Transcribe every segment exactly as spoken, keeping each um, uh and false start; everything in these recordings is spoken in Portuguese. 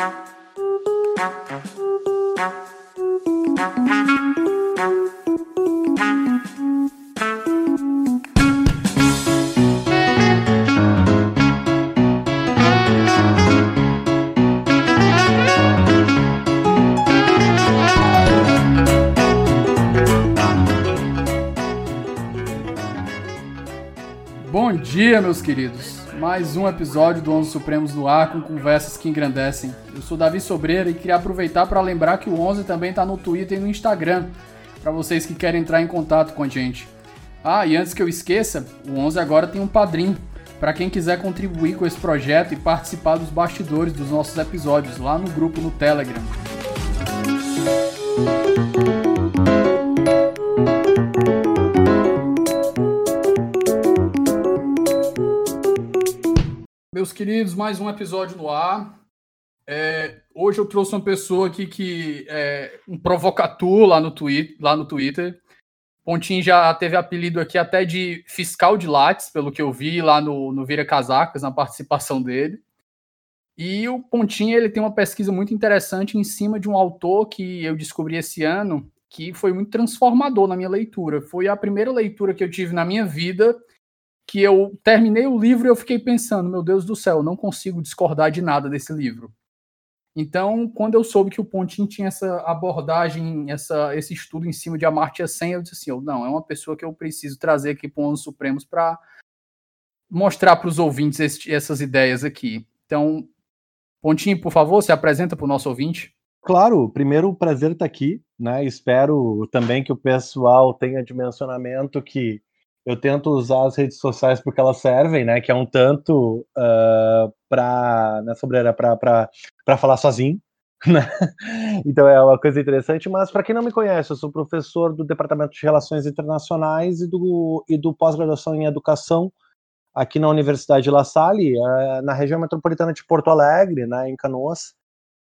Bom dia, meus queridos. Mais um episódio do onze Supremos no ar com conversas que engrandecem. Eu sou Davi Sobreira e queria aproveitar para lembrar que o onze também está no Twitter e no Instagram, para vocês que querem entrar em contato com a gente. Ah, e antes que eu esqueça, o onze agora tem um padrinho, para quem quiser contribuir com esse projeto e participar dos bastidores dos nossos episódios, lá no grupo no Telegram. Meus queridos, mais um episódio no ar. É, hoje eu trouxe uma pessoa aqui que é um provocateur lá no, twi- lá no Twitter. Pontinho já teve apelido aqui até de fiscal de Lattes, pelo que eu vi lá no, no Vira Casacas, na participação dele. E o Pontinho ele tem uma pesquisa muito interessante em cima de um autor que eu descobri esse ano, que foi muito transformador na minha leitura. Foi a primeira leitura que eu tive na minha vida que eu terminei o livro e eu fiquei pensando, meu Deus do céu, eu não consigo discordar de nada desse livro. Então, quando eu soube que o Pontinho tinha essa abordagem, essa, esse estudo em cima de Amartya Sen, eu disse assim, eu, não, é uma pessoa que eu preciso trazer aqui para o onze Supremos para mostrar para os ouvintes esse, essas ideias aqui. Então, Pontinho, por favor, se apresenta para o nosso ouvinte. Claro, primeiro, o prazer estar aqui, né? Espero também que o pessoal tenha dimensionamento que eu tento usar as redes sociais porque elas servem, né? Que é um tanto uh, para, né, Sobreira, para falar sozinho, né? Então é uma coisa interessante. Mas para quem não me conhece, eu sou professor do Departamento de Relações Internacionais e do, e do pós-graduação em Educação aqui na Universidade La Salle, uh, na região metropolitana de Porto Alegre, né? Em Canoas.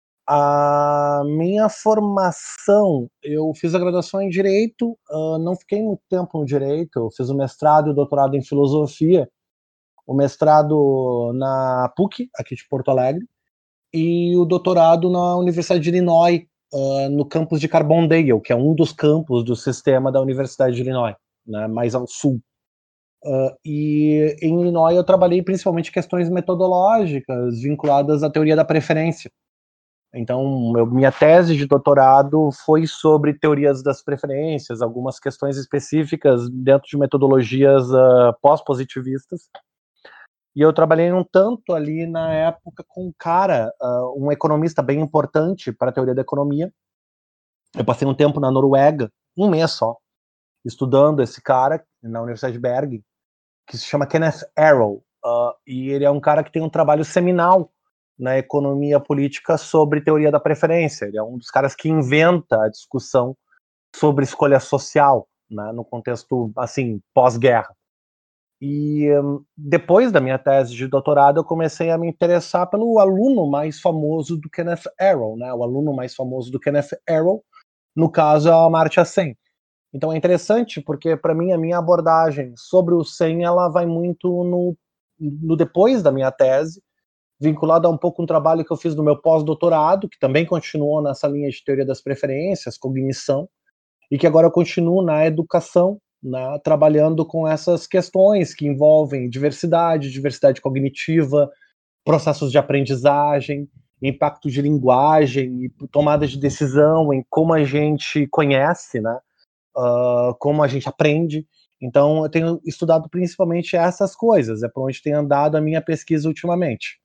A minha formação, eu fiz a graduação em Direito, uh, não fiquei muito tempo no Direito, eu fiz o mestrado e o doutorado em Filosofia, o mestrado na P U C, aqui de Porto Alegre, e o doutorado na Universidade de Illinois, uh, no campus de Carbondale, que é um dos campos do sistema da Universidade de Illinois, né, mais ao sul. Uh, e em Illinois eu trabalhei principalmente questões metodológicas vinculadas à teoria da preferência. Então, eu, minha tese de doutorado foi sobre teorias das preferências, algumas questões específicas dentro de metodologias uh, pós-positivistas. E eu trabalhei um tanto ali na época com um cara, uh, um economista bem importante para a teoria da economia. Eu passei um tempo na Noruega, um mês só, estudando esse cara na Universidade de Bergen, que se chama Kenneth Arrow. Uh, e ele é um cara que tem um trabalho seminal na economia política sobre teoria da preferência. Ele é um dos caras que inventa a discussão sobre escolha social, né, no contexto, assim, pós-guerra. E um, depois da minha tese de doutorado, eu comecei a me interessar pelo aluno mais famoso do Kenneth Arrow, né, o aluno mais famoso do Kenneth Arrow, no caso, é o Amartya Sen. Então é interessante, porque, para mim, a minha abordagem sobre o Sen, ela vai muito no, no depois da minha tese, vinculado a um pouco um trabalho que eu fiz no meu pós-doutorado, que também continuou nessa linha de teoria das preferências, cognição, e que agora eu continuo na educação, né, trabalhando com essas questões que envolvem diversidade, diversidade cognitiva, processos de aprendizagem, impacto de linguagem e tomada de decisão em como a gente conhece, né, uh, como a gente aprende. Então eu tenho estudado principalmente essas coisas, é por onde tem andado a minha pesquisa ultimamente.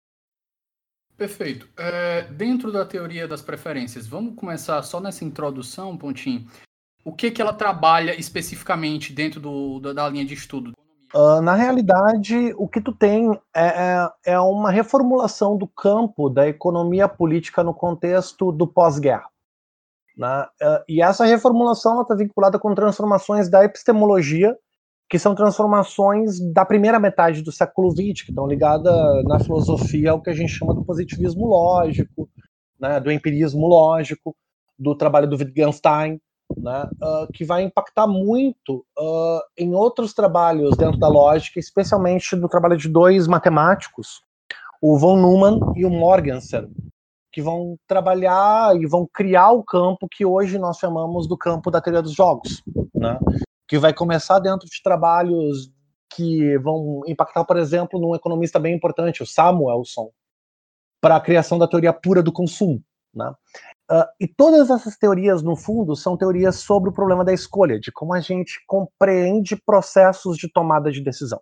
Perfeito. É, dentro da teoria das preferências, vamos começar só nessa introdução, Pontinho. O que, que ela trabalha especificamente dentro do, da, da linha de estudo? Uh, na realidade, o que tu tem é, é, é uma reformulação do campo da economia política no contexto do pós-guerra, né? Uh, e essa reformulação está vinculada com transformações da epistemologia, que são transformações da primeira metade do século vinte, que estão ligadas na filosofia ao que a gente chama do positivismo lógico, né, do empirismo lógico, do trabalho do Wittgenstein, né, uh, que vai impactar muito uh, em outros trabalhos dentro da lógica, especialmente no trabalho de dois matemáticos, o von Neumann e o Morgenstern, que vão trabalhar e vão criar o campo que hoje nós chamamos do campo da teoria dos jogos, né? Que vai começar dentro de trabalhos que vão impactar, por exemplo, num economista bem importante, o Samuelson, para a criação da teoria pura do consumo, né? Uh, e todas essas teorias, no fundo, são teorias sobre o problema da escolha, de como a gente compreende processos de tomada de decisão.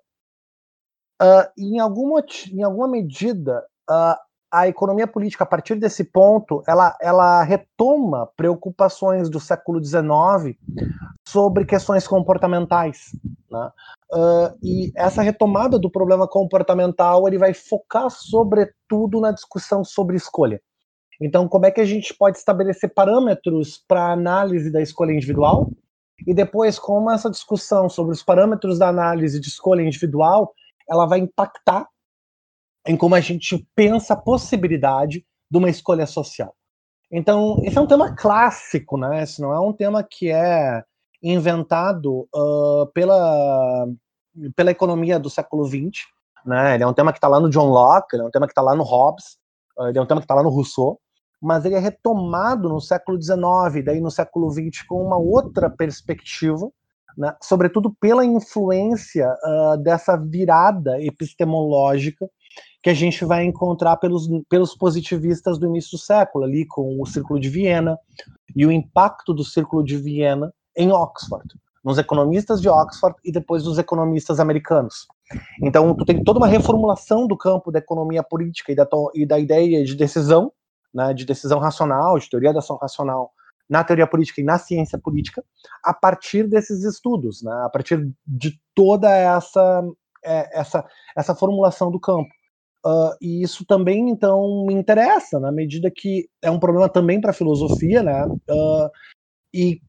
Uh, em, alguma, em alguma medida, uh, a economia política, a partir desse ponto, ela, ela retoma preocupações do século dezenove sobre questões comportamentais, né? Uh, e essa retomada do problema comportamental, ele vai focar sobretudo na discussão sobre escolha. Então, como é que a gente pode estabelecer parâmetros para análise da escolha individual? E depois, como essa discussão sobre os parâmetros da análise de escolha individual, ela vai impactar em como a gente pensa a possibilidade de uma escolha social. Então, esse é um tema clássico, né? Esse não é um tema que é inventado uh, pela, pela economia do século vinte, né? Ele é um tema que está lá no John Locke, ele é um tema que está lá no Hobbes, uh, ele é um tema que está lá no Rousseau, mas ele é retomado no século dezenove, daí no século vinte, com uma outra perspectiva, né, sobretudo pela influência uh, dessa virada epistemológica que a gente vai encontrar pelos, pelos positivistas do início do século, ali com o Círculo de Viena e o impacto do Círculo de Viena em Oxford, nos economistas de Oxford e depois nos economistas americanos. Então, tu tem toda uma reformulação do campo da economia política e da, e da ideia de decisão, né, de decisão racional, de teoria da ação racional, na teoria política e na ciência política, a partir desses estudos, né, a partir de toda essa, é, essa, essa formulação do campo. Uh, e isso também, então, me interessa, na medida que é um problema também para a filosofia, né, uh, e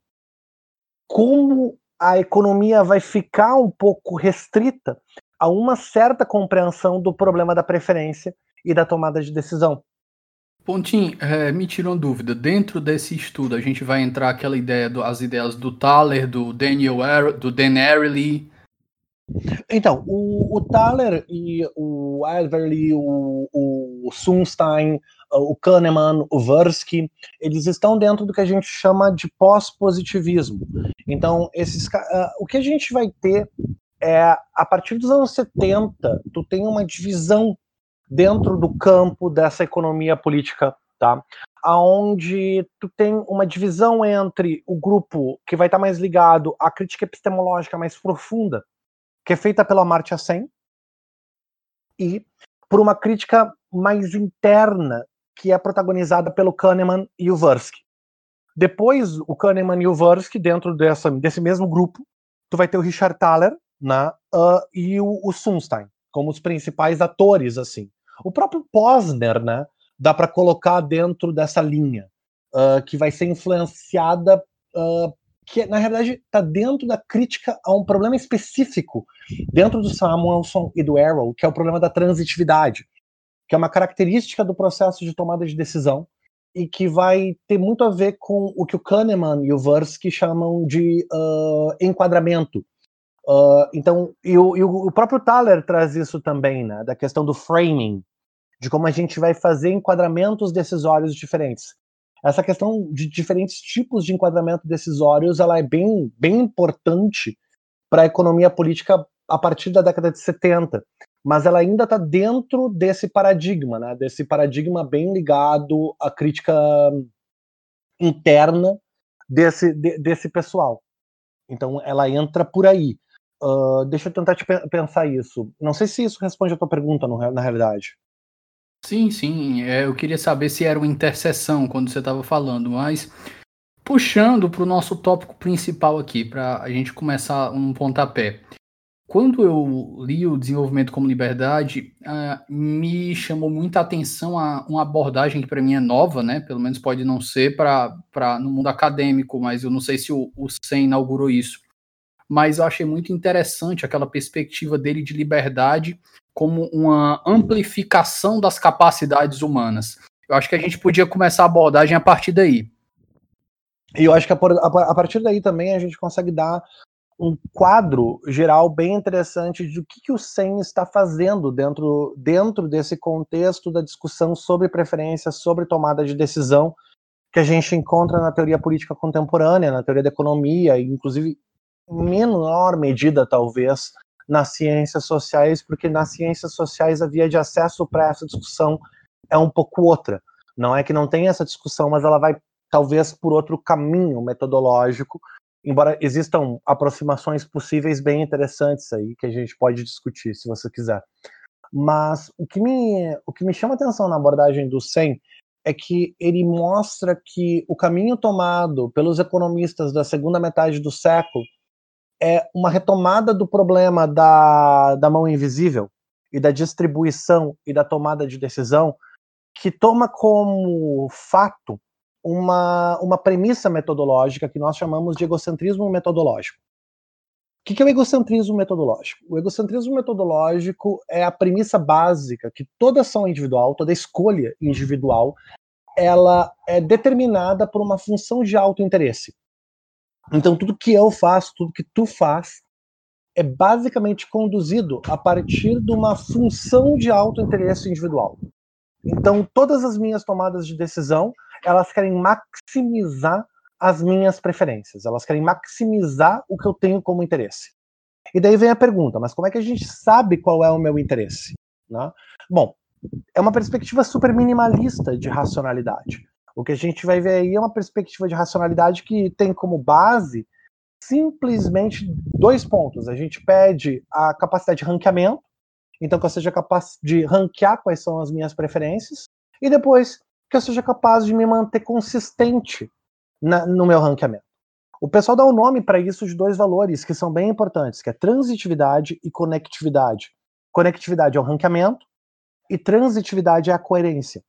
como a economia vai ficar um pouco restrita a uma certa compreensão do problema da preferência e da tomada de decisão. Pontinho, é, me tira uma dúvida. Dentro desse estudo, a gente vai entrar aquela ideia, do, as ideias do Thaler, do Daniel, Ar do Dan Ariely. Então, o, o Thaler e o Everly, o, o Sunstein, o Kahneman, o Tversky, eles estão dentro do que a gente chama de pós-positivismo. Então, esses, uh, o que a gente vai ter é, a partir dos anos setenta, tu tem uma divisão dentro do campo dessa economia política, tá? Aonde tu tem uma divisão entre o grupo que vai estar mais ligado à crítica epistemológica mais profunda, que é feita pela Amartya Sen, e por uma crítica mais interna, que é protagonizada pelo Kahneman e o Tversky. Depois, o Kahneman e o Tversky, dentro dessa, desse mesmo grupo, tu vai ter o Richard Thaler, né, uh, e o, o Sunstein, como os principais atores, assim. O próprio Posner, né, dá para colocar dentro dessa linha, uh, que vai ser influenciada, uh, que na realidade está dentro da crítica a um problema específico, dentro do Samuelson e do Arrow, que é o problema da transitividade, que é uma característica do processo de tomada de decisão e que vai ter muito a ver com o que o Kahneman e o Tversky chamam de uh, enquadramento. Uh, então, e o, e o próprio Thaler traz isso também, né, da questão do framing, de como a gente vai fazer enquadramentos decisórios diferentes. Essa questão de diferentes tipos de enquadramento decisórios, ela é bem, bem importante para a economia política a partir da década de setenta, mas ela ainda está dentro desse paradigma, né, desse paradigma bem ligado à crítica interna desse, de, desse pessoal. Então, ela entra por aí. Uh, deixa eu tentar te pe- pensar isso. Não sei se isso responde a tua pergunta, no, na realidade. Sim, sim. É, eu queria saber se era uma interseção quando você estava falando, mas puxando para o nosso tópico principal aqui, para a gente começar um pontapé. Quando eu li o Desenvolvimento como Liberdade, uh, me chamou muita atenção a uma abordagem que para mim é nova, né? Pelo menos pode não ser para no mundo acadêmico, mas eu não sei se o, o Sen inaugurou isso. Mas eu achei muito interessante aquela perspectiva dele de liberdade como uma amplificação das capacidades humanas. Eu acho que a gente podia começar a abordagem a partir daí. E eu acho que a, a, a partir daí também a gente consegue dar um quadro geral bem interessante de o que, que o S E M está fazendo dentro, dentro desse contexto da discussão sobre preferência, sobre tomada de decisão, que a gente encontra na teoria política contemporânea, na teoria da economia, e inclusive em menor medida, talvez, nas ciências sociais, porque nas ciências sociais a via de acesso para essa discussão é um pouco outra. Não é que não tem essa discussão, mas ela vai, talvez, por outro caminho metodológico, embora existam aproximações possíveis bem interessantes aí, que a gente pode discutir, se você quiser. Mas o que me, o que me chama atenção na abordagem do S E M é que ele mostra que o caminho tomado pelos economistas da segunda metade do século é uma retomada do problema da, da mão invisível e da distribuição e da tomada de decisão, que toma como fato uma, uma premissa metodológica que nós chamamos de egocentrismo metodológico. O que é o egocentrismo metodológico? O egocentrismo metodológico é a premissa básica que toda ação individual, toda escolha individual, ela é determinada por uma função de autointeresse. Então, tudo que eu faço, tudo que tu faz, é basicamente conduzido a partir de uma função de autointeresse individual. Então, todas as minhas tomadas de decisão, elas querem maximizar as minhas preferências, elas querem maximizar o que eu tenho como interesse. E daí vem a pergunta, mas como é que a gente sabe qual é o meu interesse? Né? Bom, é uma perspectiva super minimalista de racionalidade. O que a gente vai ver aí é uma perspectiva de racionalidade que tem como base simplesmente dois pontos. A gente pede a capacidade de ranqueamento, então que eu seja capaz de ranquear quais são as minhas preferências, e depois que eu seja capaz de me manter consistente na, no meu ranqueamento. O pessoal dá o um nome para isso de dois valores que são bem importantes, que é transitividade e conectividade. Conectividade é o ranqueamento e transitividade é a coerência.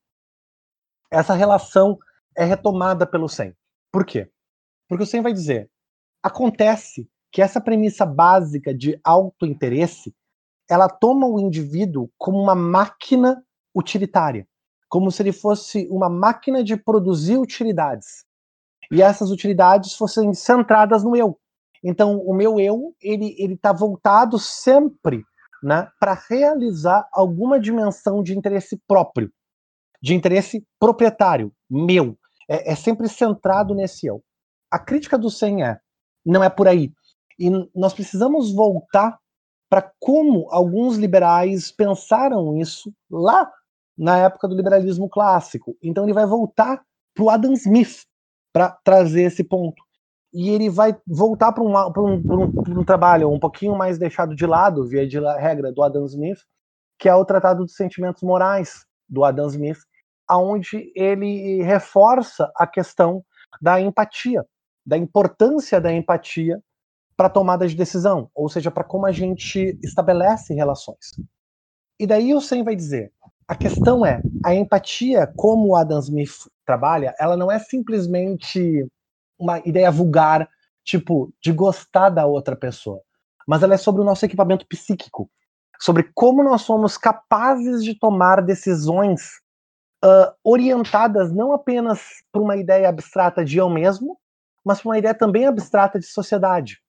Essa relação é retomada pelo S E M. Por quê? Porque o S E M vai dizer, acontece que essa premissa básica de autointeresse, ela toma o indivíduo como uma máquina utilitária, como se ele fosse uma máquina de produzir utilidades. E essas utilidades fossem centradas no eu. Então, o meu eu, ele ele está voltado sempre, né, para realizar alguma dimensão de interesse próprio, de interesse proprietário, meu. É, é sempre centrado nesse eu. A crítica do S E M é, não é por aí. E nós precisamos voltar para como alguns liberais pensaram isso lá na época do liberalismo clássico. Então ele vai voltar para o Adam Smith para trazer esse ponto. E ele vai voltar para um, um, um, um trabalho um pouquinho mais deixado de lado, via de regra, do Adam Smith, que é o Tratado dos Sentimentos Morais, do Adam Smith, onde ele reforça a questão da empatia, da importância da empatia para a tomada de decisão, ou seja, para como a gente estabelece relações. E daí o S E M vai dizer, a questão é, a empatia, como o Adam Smith trabalha, ela não é simplesmente uma ideia vulgar, tipo, de gostar da outra pessoa, mas ela é sobre o nosso equipamento psíquico, sobre como nós somos capazes de tomar decisões uh, orientadas não apenas por uma ideia abstrata de eu mesmo, mas por uma ideia também abstrata de sociedade.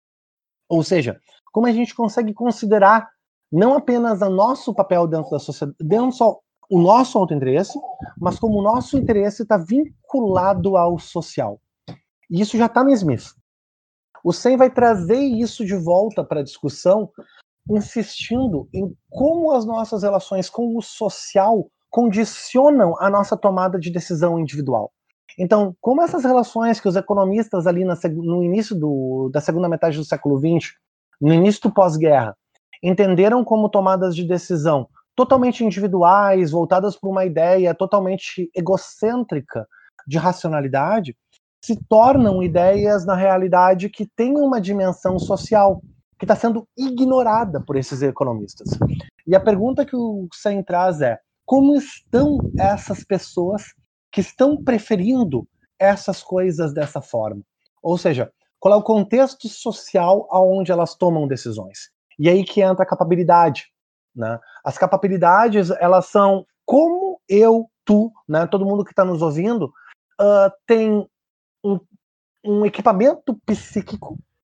Ou seja, como a gente consegue considerar não apenas o nosso papel dentro da sociedade, dentro só o nosso autointeresse, mas como o nosso interesse está vinculado ao social. E isso já está no Smith. O S E M vai trazer isso de volta para a discussão, insistindo em como as nossas relações com o social condicionam a nossa tomada de decisão individual. Então, como essas relações que os economistas ali na, no início do, da segunda metade do século vinte, no início do pós-guerra, entenderam como tomadas de decisão totalmente individuais, voltadas para uma ideia totalmente egocêntrica de racionalidade, se tornam ideias, na realidade, que têm uma dimensão social, que está sendo ignorada por esses economistas. E a pergunta que o S E M traz é, como estão essas pessoas que estão preferindo essas coisas dessa forma? Ou seja, qual é o contexto social onde elas tomam decisões? E aí que entra a capabilidade. Né? As capabilidades, elas são como eu, tu, né, todo mundo que está nos ouvindo, uh, tem um, um equipamento psíquico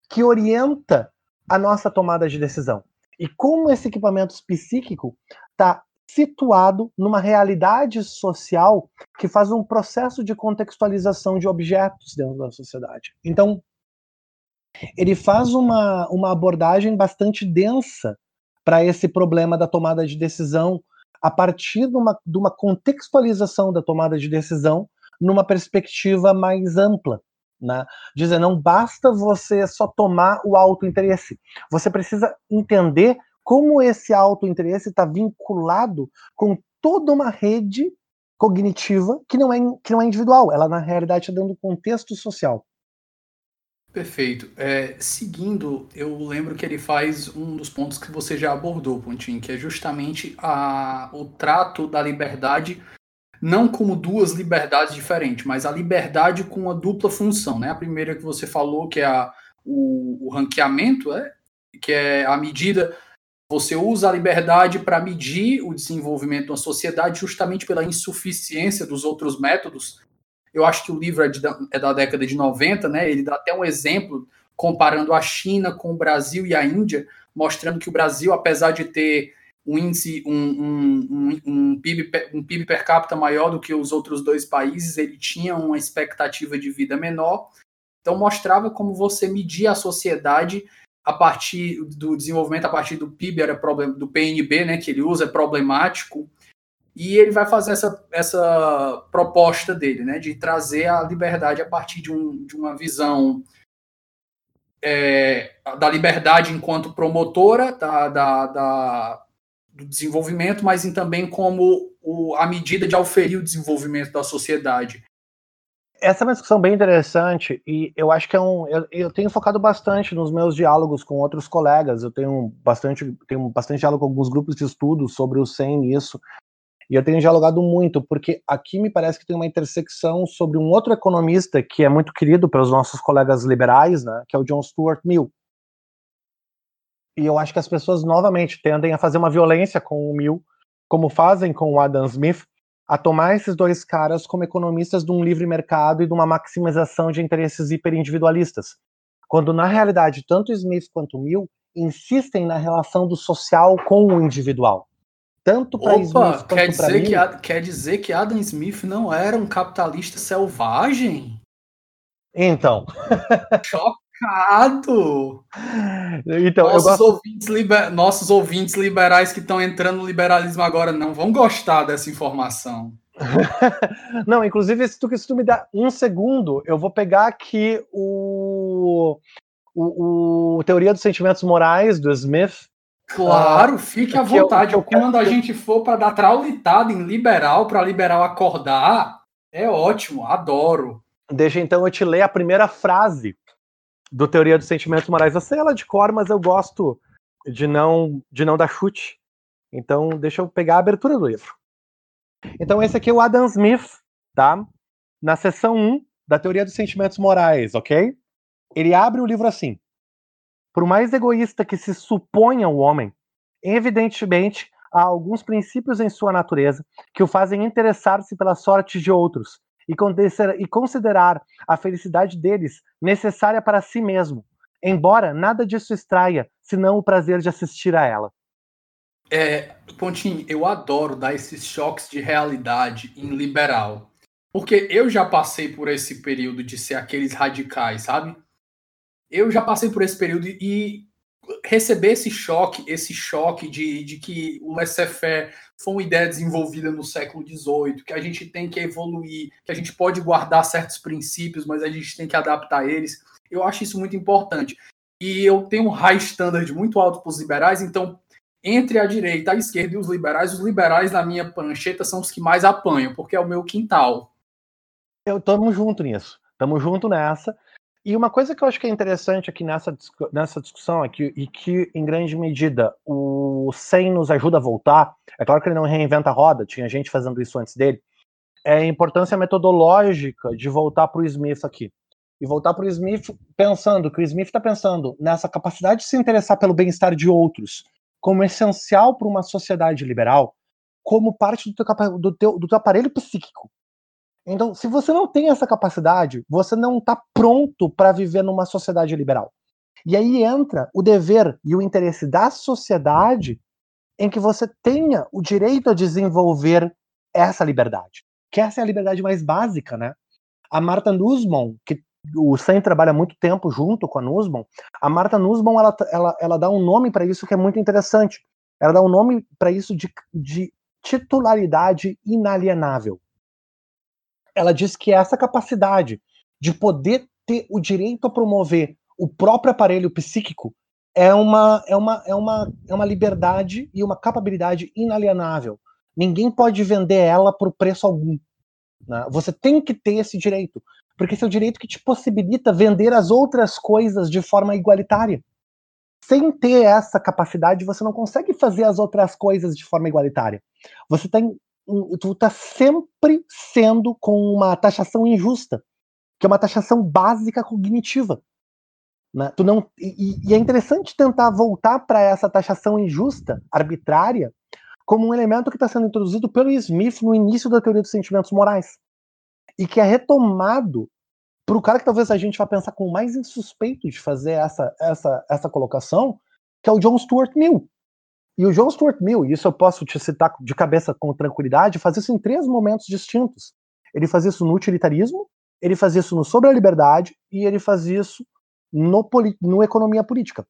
que orienta a nossa tomada de decisão. E como esse equipamento psíquico está situado numa realidade social que faz um processo de contextualização de objetos dentro da sociedade. Então, ele faz uma, uma abordagem bastante densa para esse problema da tomada de decisão, a partir de uma, de uma contextualização da tomada de decisão numa perspectiva mais ampla. Né? Dizer, não basta você só tomar o autointeresse, você precisa entender como esse autointeresse está vinculado com toda uma rede cognitiva que não é, que não é individual, ela na realidade está dando um contexto social. Perfeito. É, seguindo, eu lembro que ele faz um dos pontos que você já abordou, Pontinho, que é justamente a, o trato da liberdade, não como duas liberdades diferentes, mas a liberdade com uma dupla função. Né? A primeira que você falou, que é a, o, o ranqueamento, é, que é a medida... Você usa a liberdade para medir o desenvolvimento de uma sociedade justamente pela insuficiência dos outros métodos. Eu acho que o livro é, de, é da década de noventa, né? Ele dá até um exemplo comparando a China com o Brasil e a Índia, mostrando que o Brasil, apesar de ter um índice, um, um, um, um, P I B, um P I B per capita maior do que os outros dois países, ele tinha uma expectativa de vida menor. Então mostrava como você media a sociedade a partir do desenvolvimento, a partir do P I B, era problem, do P N B, né, que ele usa, é problemático, e ele vai fazer essa, essa proposta dele, né, de trazer a liberdade a partir de, um, de uma visão é, da liberdade enquanto promotora da, da, da, do desenvolvimento, mas também como o, a medida de auferir o desenvolvimento da sociedade. Essa é uma discussão bem interessante e eu acho que é um. Eu, eu tenho focado bastante nos meus diálogos com outros colegas. Eu tenho bastante, tenho bastante diálogo com alguns grupos de estudos sobre o S E M nisso. E eu tenho dialogado muito, porque aqui me parece que tem uma intersecção sobre um outro economista que é muito querido pelos nossos colegas liberais, né, que é o John Stuart Mill. E eu acho que as pessoas novamente tendem a fazer uma violência com o Mill, como fazem com o Adam Smith, a tomar esses dois caras como economistas de um livre mercado e de uma maximização de interesses hiperindividualistas. Quando, na realidade, tanto Smith quanto Mill insistem na relação do social com o individual. Tanto para Smith quanto para Mill... Quer dizer que Adam Smith não era um capitalista selvagem? Então. Chocado! Então, nossos, eu gosto... ouvintes liber... Nossos ouvintes liberais que estão entrando no liberalismo agora não vão gostar dessa informação. Não, inclusive, se tu, se tu me dá um segundo, eu vou pegar aqui o, o, o Teoria dos Sentimentos Morais, do Smith. Claro, fique à vontade. Eu, eu Quando a gente for para dar traulitada em liberal, para liberal acordar, é ótimo, adoro. Deixa então eu te ler a primeira frase do Teoria dos Sentimentos Morais. Eu sei ela de cor, mas eu gosto de não, de não dar chute. Então, deixa eu pegar a abertura do livro. Então, esse aqui é o Adam Smith, tá? Na seção um da Teoria dos Sentimentos Morais, ok? Ele abre o livro assim. Por mais egoísta que se suponha o homem, evidentemente há alguns princípios em sua natureza que o fazem interessar-se pela sorte de outros e considerar a felicidade deles necessária para si mesmo, embora nada disso extraia, senão o prazer de assistir a ela. É, Pontinho, eu adoro dar esses choques de realidade em liberal, porque eu já passei por esse período de ser aqueles radicais, sabe? Eu já passei por esse período e receber esse choque, esse choque de, de que o laissez-faire foi uma ideia desenvolvida no século dezoito, que a gente tem que evoluir, que a gente pode guardar certos princípios, mas a gente tem que adaptar eles. Eu acho isso muito importante. E eu tenho um high standard muito alto para os liberais, então, entre a direita, a esquerda e os liberais, os liberais na minha prancheta são os que mais apanham, porque é o meu quintal. Eu tamo junto nisso, tamo junto nessa. E uma coisa que eu acho que é interessante aqui nessa, nessa discussão é que, e que, em grande medida, o S E M nos ajuda a voltar, é claro que ele não reinventa a roda, tinha gente fazendo isso antes dele, é a importância metodológica de voltar para o Smith aqui. E voltar para o Smith pensando que o Smith está pensando nessa capacidade de se interessar pelo bem-estar de outros como essencial para uma sociedade liberal, como parte do teu, do teu, do teu aparelho psíquico. Então, se você não tem essa capacidade, você não está pronto para viver numa sociedade liberal. E aí entra o dever e o interesse da sociedade em que você tenha o direito a desenvolver essa liberdade. Que essa é a liberdade mais básica, né? A Martha Nussbaum, que o Sam trabalha muito tempo junto com a Nussbaum, a Martha Nussbaum, ela, ela, ela dá um nome para isso que é muito interessante. Ela dá um nome para isso de, de titularidade inalienável. Ela diz que essa capacidade de poder ter o direito a promover o próprio aparelho psíquico é uma, é uma, é uma, é uma liberdade e uma capacidade inalienável. Ninguém pode vender ela por preço algum. Né? Você tem que ter esse direito, porque esse é o direito que te possibilita vender as outras coisas de forma igualitária. Sem ter essa capacidade, você não consegue fazer as outras coisas de forma igualitária. Você tem, tu está sempre sendo com uma taxação injusta, que é uma taxação básica cognitiva. Né? Tu não, e, e é interessante tentar voltar para essa taxação injusta, arbitrária, como um elemento que está sendo introduzido pelo Smith no início da teoria dos sentimentos morais. E que é retomado para o cara que talvez a gente vá pensar com mais insuspeito de fazer essa, essa, essa colocação, que é o John Stuart Mill. E o John Stuart Mill, e isso eu posso te citar de cabeça com tranquilidade, faz isso em três momentos distintos. Ele faz isso no utilitarismo, ele faz isso no Sobre a Liberdade e ele faz isso no, no Economia Política.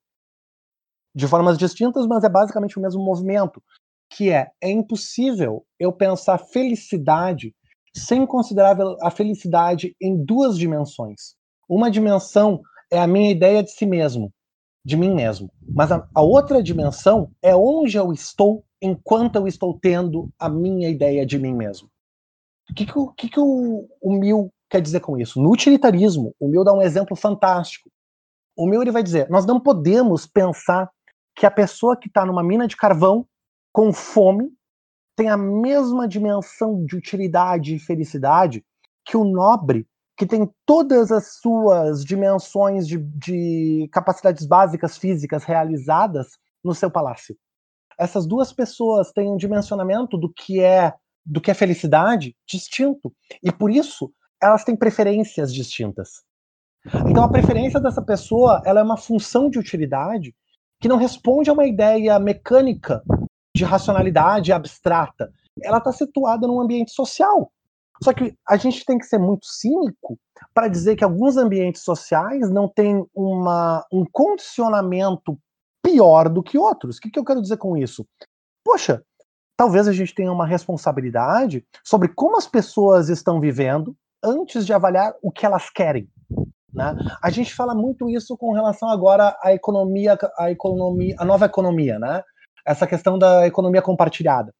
De formas distintas, mas é basicamente o mesmo movimento, que é, é impossível eu pensar felicidade sem considerar a felicidade em duas dimensões. Uma dimensão é a minha ideia de si mesmo, de mim mesmo. Mas a, a outra dimensão é onde eu estou enquanto eu estou tendo a minha ideia de mim mesmo. O que, que, o, que, que o, o Mill quer dizer com isso? No utilitarismo, o Mill dá um exemplo fantástico. O Mill ele vai dizer, nós não podemos pensar que a pessoa que está numa mina de carvão, com fome, tem a mesma dimensão de utilidade e felicidade que o nobre, que tem todas as suas dimensões de, de capacidades básicas físicas realizadas no seu palácio. Essas duas pessoas têm um dimensionamento do que é, do que é felicidade distinto. E por isso, elas têm preferências distintas. Então a preferência dessa pessoa ela é uma função de utilidade que não responde a uma ideia mecânica de racionalidade abstrata. Ela está situada num ambiente social. Só que a gente tem que ser muito cínico para dizer que alguns ambientes sociais não têm uma, um condicionamento pior do que outros. O que, que eu quero dizer com isso? Poxa, talvez a gente tenha uma responsabilidade sobre como as pessoas estão vivendo antes de avaliar o que elas querem. Né? A gente fala muito isso com relação agora à economia, à economia, à nova economia, né? Essa questão da economia compartilhada.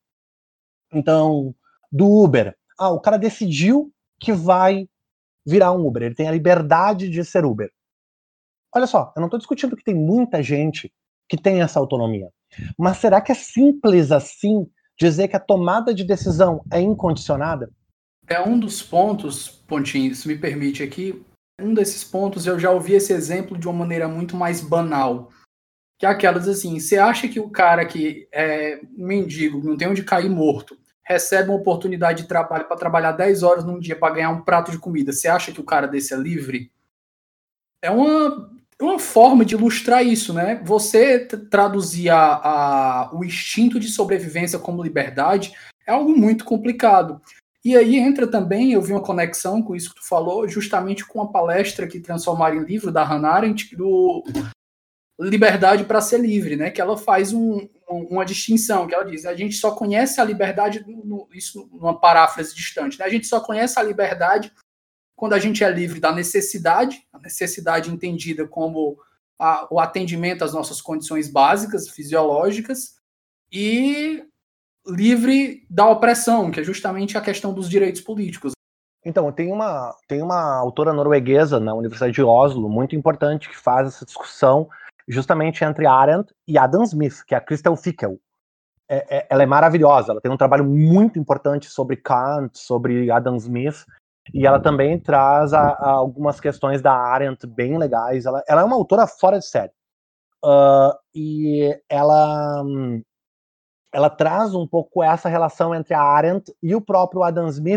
Então, do Uber, ah, o cara decidiu que vai virar um Uber, ele tem a liberdade de ser Uber. Olha só, eu não estou discutindo que tem muita gente que tem essa autonomia, mas será que é simples assim dizer que a tomada de decisão é incondicionada? É um dos pontos, Pontinho, se me permite aqui, um desses pontos eu já ouvi esse exemplo de uma maneira muito mais banal, que é aquelas assim, você acha que o cara que é um mendigo, não tem onde cair morto, recebe uma oportunidade de trabalho para trabalhar dez horas num dia para ganhar um prato de comida, você acha que o cara desse é livre? É uma, uma forma de ilustrar isso, né? Você traduzir a, a, o instinto de sobrevivência como liberdade é algo muito complicado. E aí entra também, eu vi uma conexão com isso que tu falou, justamente com a palestra que transformaram em livro da Hannah Arendt, do Liberdade para Ser Livre, né? Que ela faz um, uma distinção, que ela diz, a gente só conhece a liberdade, no, isso numa paráfrase distante, né? A gente só conhece a liberdade quando a gente é livre da necessidade, a necessidade entendida como a, o atendimento às nossas condições básicas, fisiológicas, e livre da opressão, que é justamente a questão dos direitos políticos. Então, tem uma, tem uma autora norueguesa na Universidade de Oslo, muito importante, que faz essa discussão justamente entre Arendt e Adam Smith, que é a Christel Fickel. É, é, ela é maravilhosa, ela tem um trabalho muito importante sobre Kant, sobre Adam Smith, e ela também traz a, a algumas questões da Arendt bem legais. Ela, ela é uma autora fora de série. Uh, e ela... ela traz um pouco essa relação entre a Arendt e o próprio Adam Smith,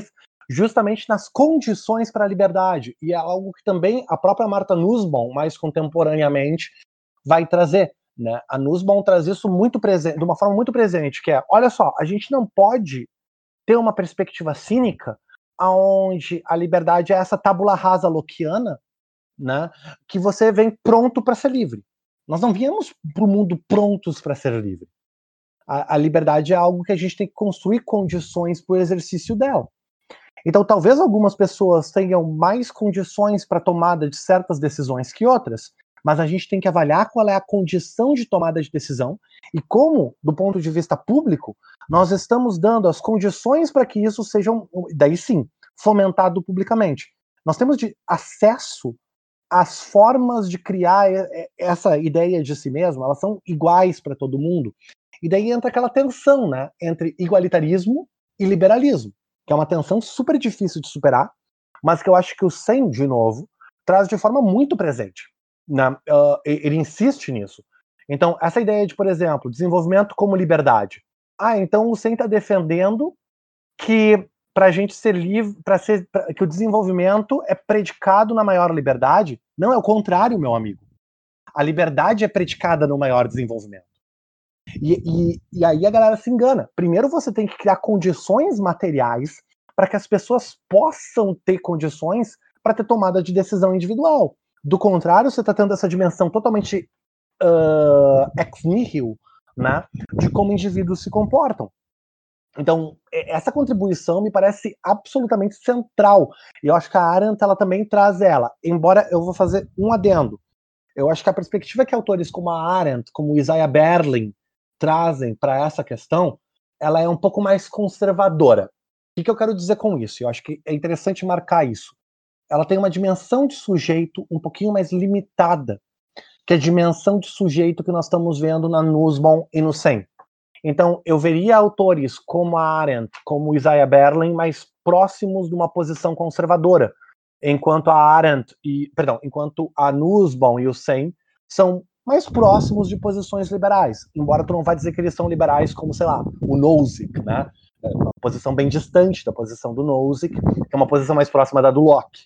justamente nas condições para a liberdade, e é algo que também a própria Martha Nussbaum, mais contemporaneamente, vai trazer. Né? A Nussbaum traz isso muito presente, de uma forma muito presente, que é, olha só, a gente não pode ter uma perspectiva cínica onde a liberdade é essa tábula rasa lockeana, né, que você vem pronto para ser livre. Nós não viemos para o mundo prontos para ser livre. A, a liberdade é algo que a gente tem que construir condições para o exercício dela. Então, talvez algumas pessoas tenham mais condições para tomada de certas decisões que outras, mas a gente tem que avaliar qual é a condição de tomada de decisão e como, do ponto de vista público, nós estamos dando as condições para que isso seja, daí sim, fomentado publicamente. Nós temos de acesso às formas de criar essa ideia de si mesmo, elas são iguais para todo mundo. E daí entra aquela tensão, né, entre igualitarismo e liberalismo, que é uma tensão super difícil de superar, mas que eu acho que o Sen, de novo, traz de forma muito presente. Né? Uh, ele insiste nisso. Então, essa ideia de, por exemplo, desenvolvimento como liberdade. Ah, então o Sen está defendendo que para a gente ser livre, para ser pra, que o desenvolvimento é predicado na maior liberdade. Não, é o contrário, meu amigo. A liberdade é predicada no maior desenvolvimento. E, e, e aí a galera se engana. Primeiro você tem que criar condições materiais para que as pessoas possam ter condições para ter tomada de decisão individual. Do contrário, você está tendo essa dimensão totalmente uh, ex nihil, né, de como indivíduos se comportam. Então, essa contribuição me parece absolutamente central. E eu acho que a Arendt ela também traz ela. Embora eu vou fazer um adendo. Eu acho que a perspectiva que autores como a Arendt, como Isaiah Berlin, trazem para essa questão, ela é um pouco mais conservadora. O que, que eu quero dizer com isso? Eu acho que é interessante marcar isso. Ela tem uma dimensão de sujeito um pouquinho mais limitada que a dimensão de sujeito que nós estamos vendo na Nussbaum e no Sen. Então, eu veria autores como a Arendt, como Isaiah Berlin, mais próximos de uma posição conservadora, enquanto a Arendt e, perdão, enquanto a Nussbaum e o Sen são mais próximos de posições liberais, embora tu não vá dizer que eles são liberais como, sei lá, o Nozick, né? É uma posição bem distante da posição do Nozick, que é uma posição mais próxima da do Locke.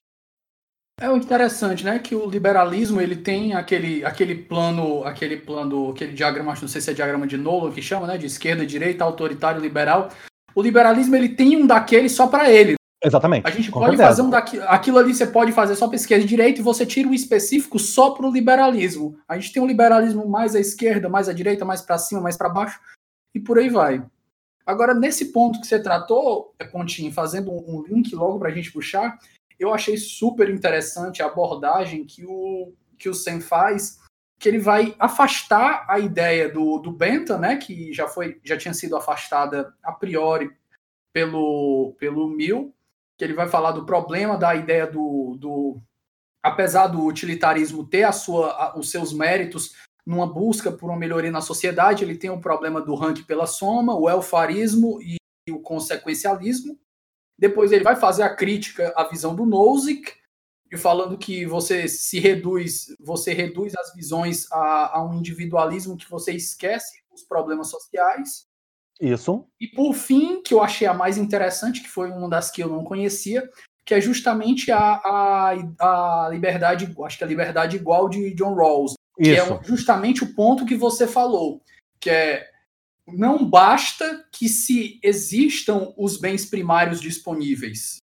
É o interessante, né, que o liberalismo ele tem aquele, aquele plano, aquele plano, aquele diagrama, não sei se é diagrama de Nolan que chama, né, de esquerda, direita, autoritário, liberal. O liberalismo ele tem um daquele só para ele. Exatamente. A gente pode certeza. fazer um daqui, aquilo ali você pode fazer só para esquerda e direita e você tira o específico só para o liberalismo. A gente tem um liberalismo mais à esquerda, mais à direita, mais para cima, mais para baixo e por aí vai. Agora, nesse ponto que você tratou, Pontinho, fazendo um, um link logo para a gente puxar, eu achei super interessante a abordagem que o, que o Sen faz, que ele vai afastar a ideia do, do Bentham, né, que já, foi, já tinha sido afastada a priori pelo, pelo Mill, que ele vai falar do problema da ideia do... do apesar do utilitarismo ter a sua, a, os seus méritos numa busca por uma melhoria na sociedade, ele tem o problema do ranking pela soma, o welfarismo e o consequencialismo. Depois ele vai fazer a crítica à visão do Nozick, e falando que você se reduz, você reduz as visões a, a um individualismo que você esquece os problemas sociais. Isso. E por fim, que eu achei a mais interessante, que foi uma das que eu não conhecia, que é justamente a, a, a liberdade, acho que a liberdade igual de John Rawls, que Isso. é justamente o ponto que você falou, que é não basta que se existam os bens primários disponíveis,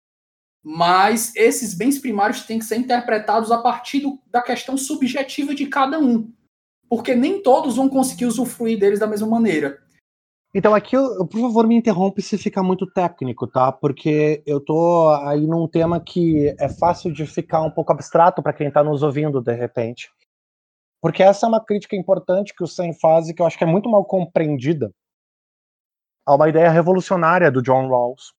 mas esses bens primários têm que ser interpretados a partir do, da questão subjetiva de cada um, porque nem todos vão conseguir usufruir deles da mesma maneira. Então aqui, eu, por favor, me interrompe se ficar muito técnico, tá? Porque eu tô aí num tema que é fácil de ficar um pouco abstrato para quem tá nos ouvindo, de repente. Porque essa é uma crítica importante que o Sen faz e que eu acho que é muito mal compreendida a uma ideia revolucionária do John Rawls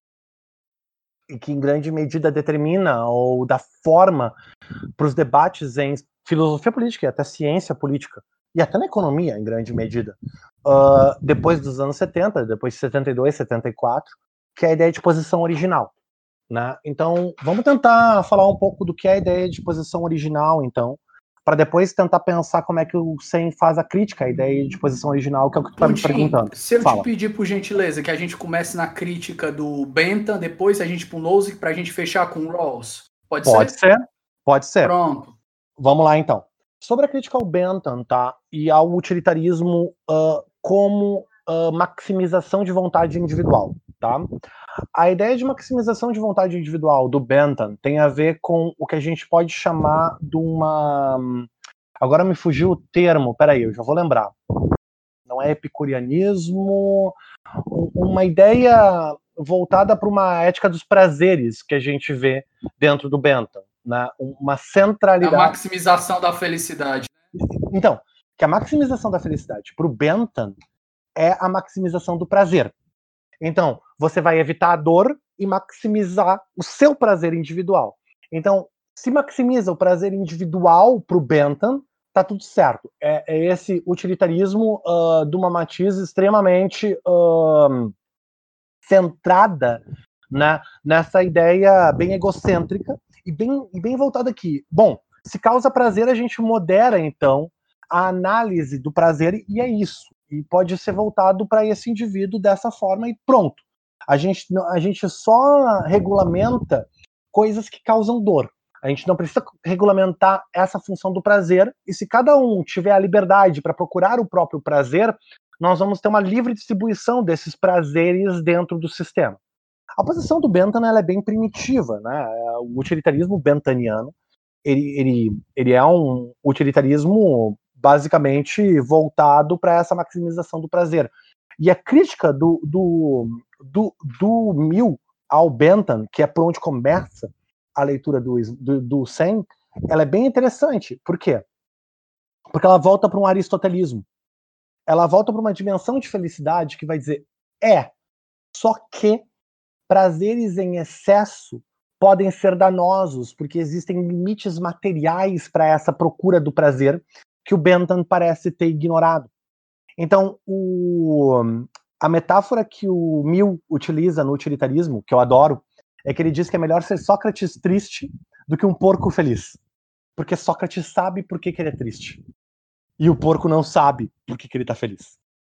e que em grande medida determina ou dá forma para os debates em filosofia política e até ciência política e até na economia em grande medida uh, depois dos anos setenta, depois de setenta e dois, setenta e quatro, que é a ideia de posição original, né? Então vamos tentar falar um pouco do que é a ideia de posição original, então, para depois tentar pensar como é que o Sen faz a crítica, a ideia de posição original, que é o que tu tá me perguntando. Se eu Fala. te pedir, por gentileza, que a gente comece na crítica do Bentham, depois a gente pro Nozick, pra gente fechar com o Rawls. Pode, Pode ser? ser, pode ser. Pronto. Vamos lá, então. Sobre a crítica ao Bentham, tá? E ao utilitarismo uh, como uh, maximização de vontade individual, tá? A ideia de maximização de vontade individual do Bentham tem a ver com o que a gente pode chamar de uma... Agora me fugiu o termo, peraí, eu já vou lembrar. Não é epicureanismo, uma ideia voltada para uma ética dos prazeres que a gente vê dentro do Bentham, né? Uma centralidade... A maximização da felicidade. Então, que a maximização da felicidade para o Bentham é a maximização do prazer. Então, você vai evitar a dor e maximizar o seu prazer individual. Então, se maximiza o prazer individual para o Bentham, tá tudo certo. É, é esse utilitarismo uh, de uma matiz extremamente uh, centrada, né, nessa ideia bem egocêntrica e bem, e bem voltada aqui. Bom, se causa prazer, a gente modera, então, a análise do prazer, e é isso. E pode ser voltado para esse indivíduo dessa forma e pronto. A gente, a gente só regulamenta coisas que causam dor. A gente não precisa regulamentar essa função do prazer, e se cada um tiver a liberdade para procurar o próprio prazer, nós vamos ter uma livre distribuição desses prazeres dentro do sistema. A posição do Bentham ela é bem primitiva, né? O utilitarismo benthamiano, ele, ele, ele é um utilitarismo basicamente voltado para essa maximização do prazer. E a crítica do, do, do, do Mill ao Bentham, que é por onde começa a leitura do, do, do Sen, ela é bem interessante. Por quê? Porque ela volta para um aristotelismo. Ela volta para uma dimensão de felicidade que vai dizer, é, só que prazeres em excesso podem ser danosos, porque existem limites materiais para essa procura do prazer que o Bentham parece ter ignorado. Então, o, a metáfora que o Mill utiliza no utilitarismo, que eu adoro, é que ele diz que é melhor ser Sócrates triste do que um porco feliz. Porque Sócrates sabe por que, que ele é triste. E o porco não sabe por que, que ele está feliz.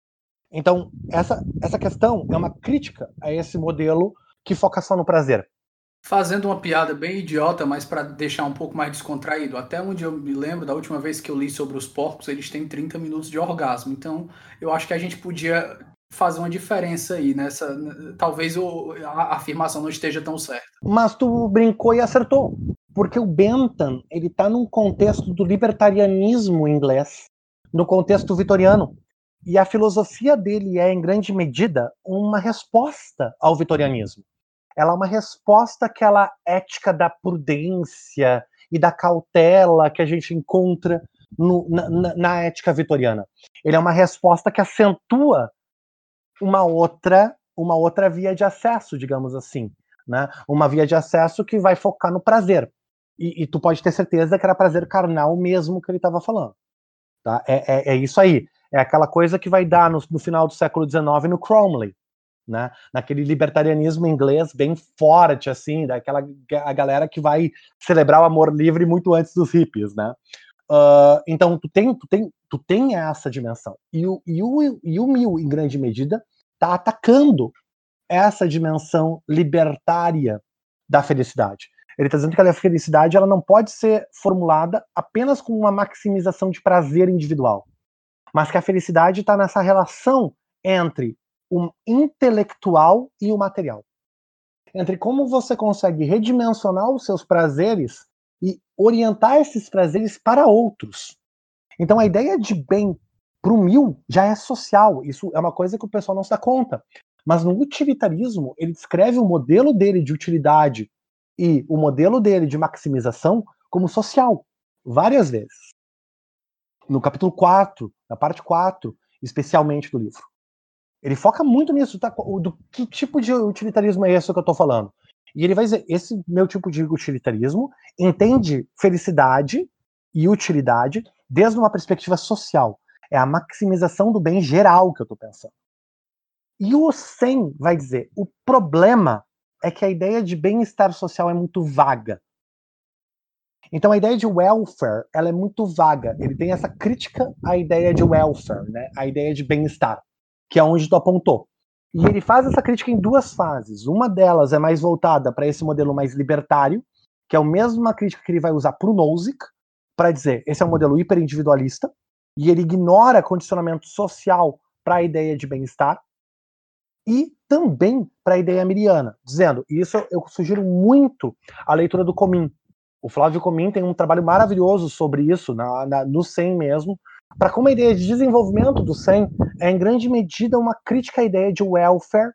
Então, essa, essa questão é uma crítica a esse modelo que foca só no prazer. Fazendo uma piada bem idiota, mas para deixar um pouco mais descontraído, até onde eu me lembro, da última vez que eu li sobre os porcos, eles têm trinta minutos de orgasmo. Então, eu acho que a gente podia fazer uma diferença aí nessa. Talvez o, a afirmação não esteja tão certa. Mas tu brincou e acertou. Porque o Bentham, ele está num contexto do libertarianismo inglês, no contexto vitoriano. E a filosofia dele é, em grande medida, uma resposta ao vitorianismo. Ela é uma resposta àquela ética da prudência e da cautela que a gente encontra no, na, na ética vitoriana. Ele é uma resposta que acentua uma outra, uma outra via de acesso, digamos assim, né? Uma via de acesso que vai focar no prazer. E, e tu pode ter certeza que era prazer carnal mesmo que ele estava falando. Tá? É, é, é isso aí. É aquela coisa que vai dar no, no final do século dezenove no Cromley. Né? Naquele libertarianismo inglês bem forte, assim, daquela a galera que vai celebrar o amor livre muito antes dos hippies, né? Uh, então tu tem, tu, tem, tu tem essa dimensão. E o, e o, e o Mill, em grande medida, está atacando essa dimensão libertária da felicidade. Ele está dizendo que a felicidade ela não pode ser formulada apenas com uma maximização de prazer individual, mas que a felicidade está nessa relação entre o intelectual e o material. Entre como você consegue redimensionar os seus prazeres e orientar esses prazeres para outros. Então a ideia de bem para o Mill já é social. Isso é uma coisa que o pessoal não se dá conta. Mas no utilitarismo, ele descreve o modelo dele de utilidade e o modelo dele de maximização como social, várias vezes. No capítulo quatro, na parte quatro, especialmente do livro. Ele foca muito nisso, tá? Do que tipo de utilitarismo é esse que eu estou falando? E ele vai dizer, esse meu tipo de utilitarismo entende felicidade e utilidade desde uma perspectiva social. É a maximização do bem geral que eu estou pensando. E o Sen vai dizer, o problema é que a ideia de bem-estar social é muito vaga. Então a ideia de welfare, ela é muito vaga. Ele tem essa crítica à ideia de welfare, né? A ideia de bem-estar, que é onde tu apontou. E ele faz essa crítica em duas fases. Uma delas é mais voltada para esse modelo mais libertário, que é a mesma crítica que ele vai usar para o Nozick, para dizer, esse é um modelo hiperindividualista, e ele ignora condicionamento social para a ideia de bem-estar, e também para a ideia miriana, dizendo, e isso eu sugiro muito a leitura do Comín. O Flávio Comín tem um trabalho maravilhoso sobre isso, na, na, no S E M mesmo, para como a ideia de desenvolvimento do S E M é, em grande medida, uma crítica à ideia de welfare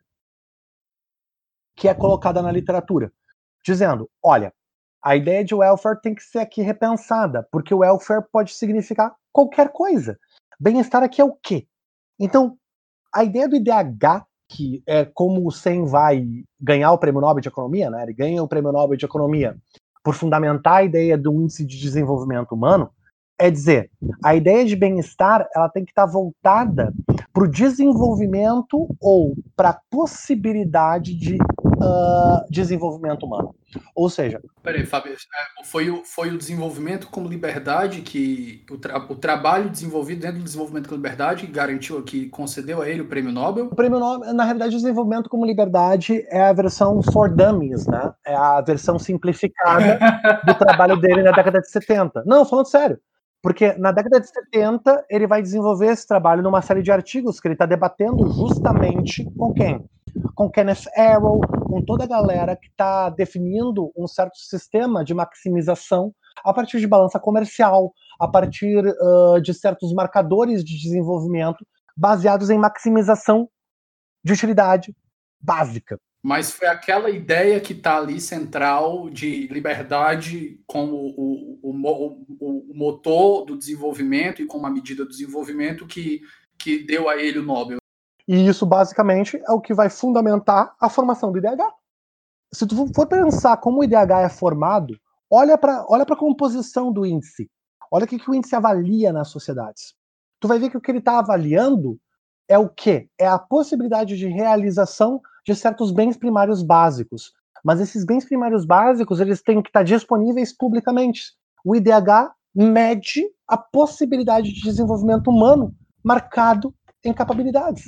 que é colocada na literatura. Dizendo, olha, a ideia de welfare tem que ser aqui repensada, porque o welfare pode significar qualquer coisa. Bem-estar aqui é o quê? Então, a ideia do I D H, que é como o S E M vai ganhar o Prêmio Nobel de Economia, né? Ele ganha o Prêmio Nobel de Economia por fundamentar a ideia do índice de desenvolvimento humano, é dizer, a ideia de bem-estar ela tem que estar voltada para o desenvolvimento ou para a possibilidade de uh, desenvolvimento humano. Ou seja... Peraí, Fábio, foi o, foi o desenvolvimento como liberdade que... O, tra, o trabalho desenvolvido dentro do desenvolvimento como liberdade que garantiu, que concedeu a ele o Prêmio Nobel? O Prêmio Nobel, na realidade, o desenvolvimento como liberdade é a versão for dummies, né? É a versão simplificada do trabalho dele na década de setenta. Não, falando sério. Porque na década de setenta ele vai desenvolver esse trabalho numa série de artigos que ele está debatendo justamente com quem? Com Kenneth Arrow, com toda a galera que está definindo um certo sistema de maximização a partir de balança comercial, a partir uh, de certos marcadores de desenvolvimento baseados em maximização de utilidade básica. Mas foi aquela ideia que está ali central de liberdade como o, o, o, o motor do desenvolvimento e como a medida do desenvolvimento que, que deu a ele o Nobel. E isso, basicamente, é o que vai fundamentar a formação do I D H. Se tu for pensar como o I D H é formado, olha para olha para a composição do índice. Olha o que, que o índice avalia nas sociedades. Tu vai ver que o que ele está avaliando é o quê? É a possibilidade de realização de certos bens primários básicos. Mas esses bens primários básicos, eles têm que estar disponíveis publicamente. O I D H mede a possibilidade de desenvolvimento humano marcado em capacidades.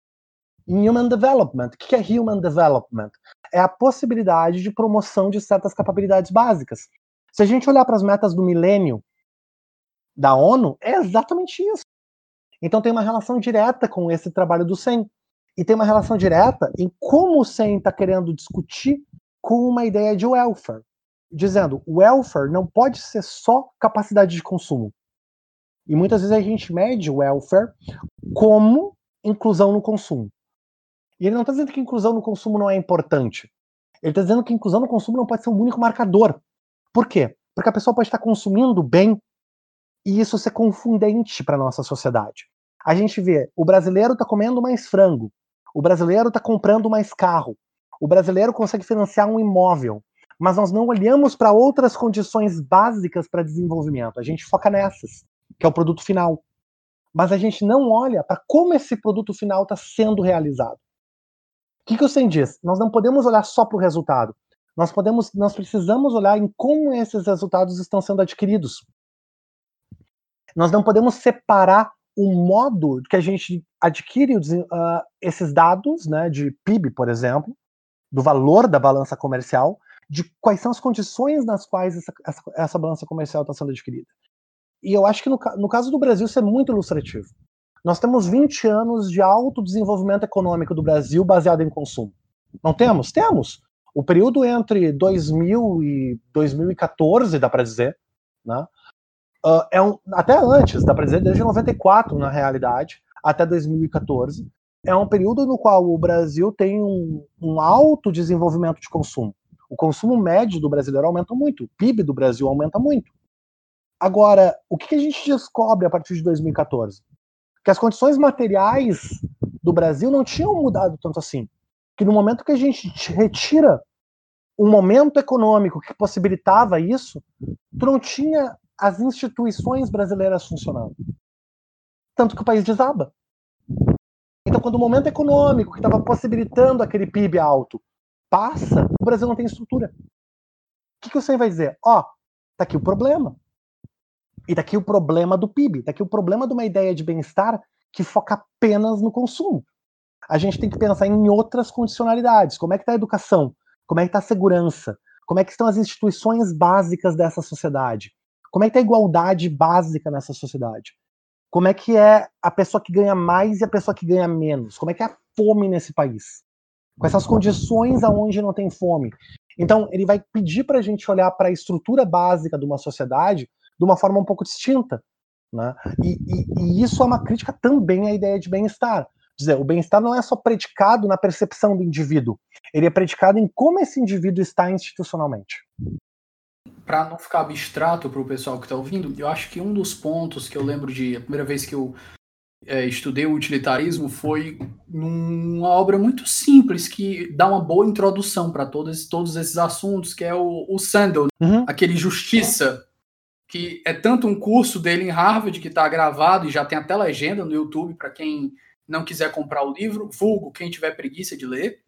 Em Human Development. O que é Human Development? É a possibilidade de promoção de certas capacidades básicas. Se a gente olhar para as metas do milênio da ONU, é exatamente isso. Então tem uma relação direta com esse trabalho do S E M. E tem uma relação direta em como o S E M está querendo discutir com uma ideia de welfare. Dizendo, welfare não pode ser só capacidade de consumo. E muitas vezes a gente mede welfare como inclusão no consumo. E ele não está dizendo que inclusão no consumo não é importante. Ele está dizendo que inclusão no consumo não pode ser um único marcador. Por quê? Porque a pessoa pode estar consumindo bem e isso ser confundente para a nossa sociedade. A gente vê, o brasileiro está comendo mais frango, o brasileiro está comprando mais carro, o brasileiro consegue financiar um imóvel, mas nós não olhamos para outras condições básicas para desenvolvimento. A gente foca nessas, que é o produto final. Mas a gente não olha para como esse produto final está sendo realizado. O que, que o S E M diz? Nós não podemos olhar só para o resultado. Nós, podemos, nós precisamos olhar em como esses resultados estão sendo adquiridos. Nós não podemos separar o modo que a gente adquire uh, esses dados, né, de P I B, por exemplo, do valor da balança comercial, de quais são as condições nas quais essa, essa, essa balança comercial está sendo adquirida. E eu acho que no, no caso do Brasil isso é muito ilustrativo. Nós temos vinte anos de alto desenvolvimento econômico do Brasil baseado em consumo. Não temos? Temos. O período entre dois mil e dois mil e quatorze, dá para dizer, né? Uh, é um, até antes, dá para dizer, desde noventa e quatro, na realidade, até dois mil e quatorze, é um período no qual o Brasil tem um, um alto desenvolvimento de consumo. O consumo médio do brasileiro aumenta muito, o P I B do Brasil aumenta muito. Agora, o que a gente descobre a partir de dois mil e quatorze? Que as condições materiais do Brasil não tinham mudado tanto assim. Que no momento que a gente retira um momento econômico que possibilitava isso, tu não tinha as instituições brasileiras funcionando. Tanto que o país desaba. Então, quando o momento econômico que estava possibilitando aquele P I B alto passa, o Brasil não tem estrutura. O que, que o S E M vai dizer? Ó, Tá aqui o problema. E tá aqui o problema do P I B. Tá aqui o problema de uma ideia de bem-estar que foca apenas no consumo. A gente tem que pensar em outras condicionalidades. Como é que tá a educação? Como é que tá a segurança? Como é que estão as instituições básicas dessa sociedade? Como é que tá a igualdade básica nessa sociedade? Como é que é a pessoa que ganha mais e a pessoa que ganha menos? Como é que é a fome nesse país? Quais são as condições aonde não tem fome? Então, ele vai pedir para a gente olhar para a estrutura básica de uma sociedade de uma forma um pouco distinta. Né? E, e, e isso é uma crítica também à ideia de bem-estar. Dizer, o bem-estar não é só predicado na percepção do indivíduo, ele é predicado em como esse indivíduo está institucionalmente. Para não ficar abstrato para o pessoal que está ouvindo, eu acho que um dos pontos que eu lembro de a primeira vez que eu é, estudei o utilitarismo foi numa obra muito simples que dá uma boa introdução para todos, todos esses assuntos, que é o, o Sandel, uhum. aquele Justiça, que é tanto um curso dele em Harvard que está gravado e já tem até legenda no YouTube para quem não quiser comprar o livro, vulgo quem tiver preguiça de ler.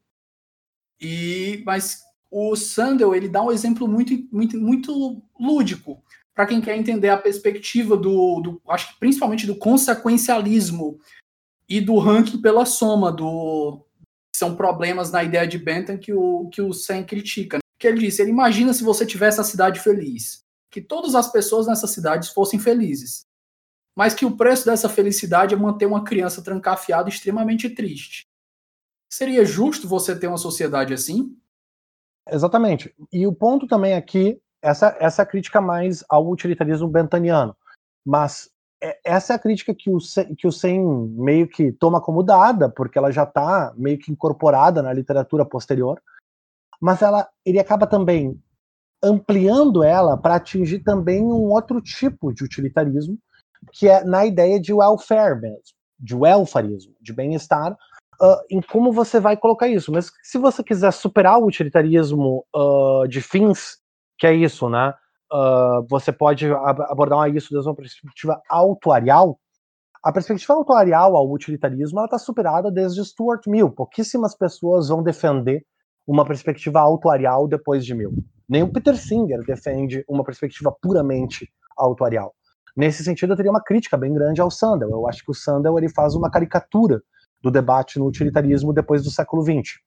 E mas o Sandel, ele dá um exemplo muito, muito, muito lúdico para quem quer entender a perspectiva do, do, acho que principalmente do consequencialismo e do ranking pela soma, do são problemas na ideia de Bentham que o, que o Sen critica. Que ele disse, ele imagina se você tivesse a cidade feliz, que todas as pessoas nessas cidades fossem felizes, mas que o preço dessa felicidade é manter uma criança trancafiada extremamente triste. Seria justo você ter uma sociedade assim? Exatamente. E o ponto também aqui, essa, essa é a crítica mais ao utilitarismo benthamiano, mas essa é a crítica que o, que o Sen meio que toma como dada, porque ela já está meio que incorporada na literatura posterior, mas ela, ele acaba também ampliando ela para atingir também um outro tipo de utilitarismo, que é na ideia de welfare mesmo, de welfarismo, de bem-estar, uh, em como você vai colocar isso. Mas se você quiser superar o utilitarismo uh, de fins, que é isso, né? Uh, você pode ab- abordar isso desde uma perspectiva autuarial. A perspectiva autuarial ao utilitarismo está superada desde Stuart Mill. Pouquíssimas pessoas vão defender uma perspectiva autuarial depois de Mill. Nem o Peter Singer defende uma perspectiva puramente autuarial. Nesse sentido, eu teria uma crítica bem grande ao Sandel. Eu acho que o Sandel ele faz uma caricatura do debate no utilitarismo depois do século vinte.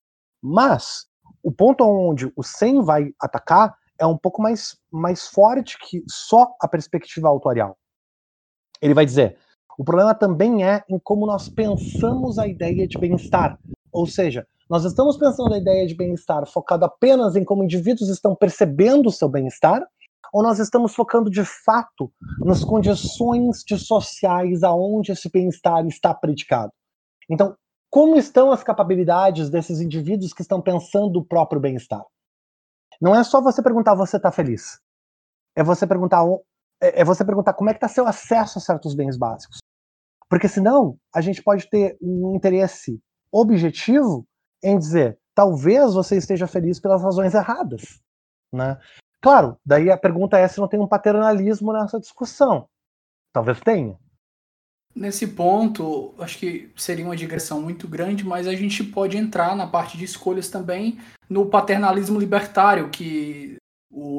Mas o ponto onde o Sen vai atacar é um pouco mais, mais forte que só a perspectiva autuarial. Ele vai dizer, o problema também é em como nós pensamos a ideia de bem-estar. Ou seja, nós estamos pensando a ideia de bem-estar focado apenas em como indivíduos estão percebendo o seu bem-estar, ou nós estamos focando de fato nas condições de sociais aonde esse bem-estar está predicado. Então, como estão as capacidades desses indivíduos que estão pensando o próprio bem-estar? Não é só você perguntar, você está feliz? É você perguntar, é você perguntar como é que está seu acesso a certos bens básicos. Porque senão, a gente pode ter um interesse objetivo em dizer, talvez você esteja feliz pelas razões erradas, né? Claro, daí a pergunta é se não tem um paternalismo nessa discussão. Talvez tenha. Nesse ponto, acho que seria uma digressão muito grande, mas a gente pode entrar na parte de escolhas também no paternalismo libertário que o,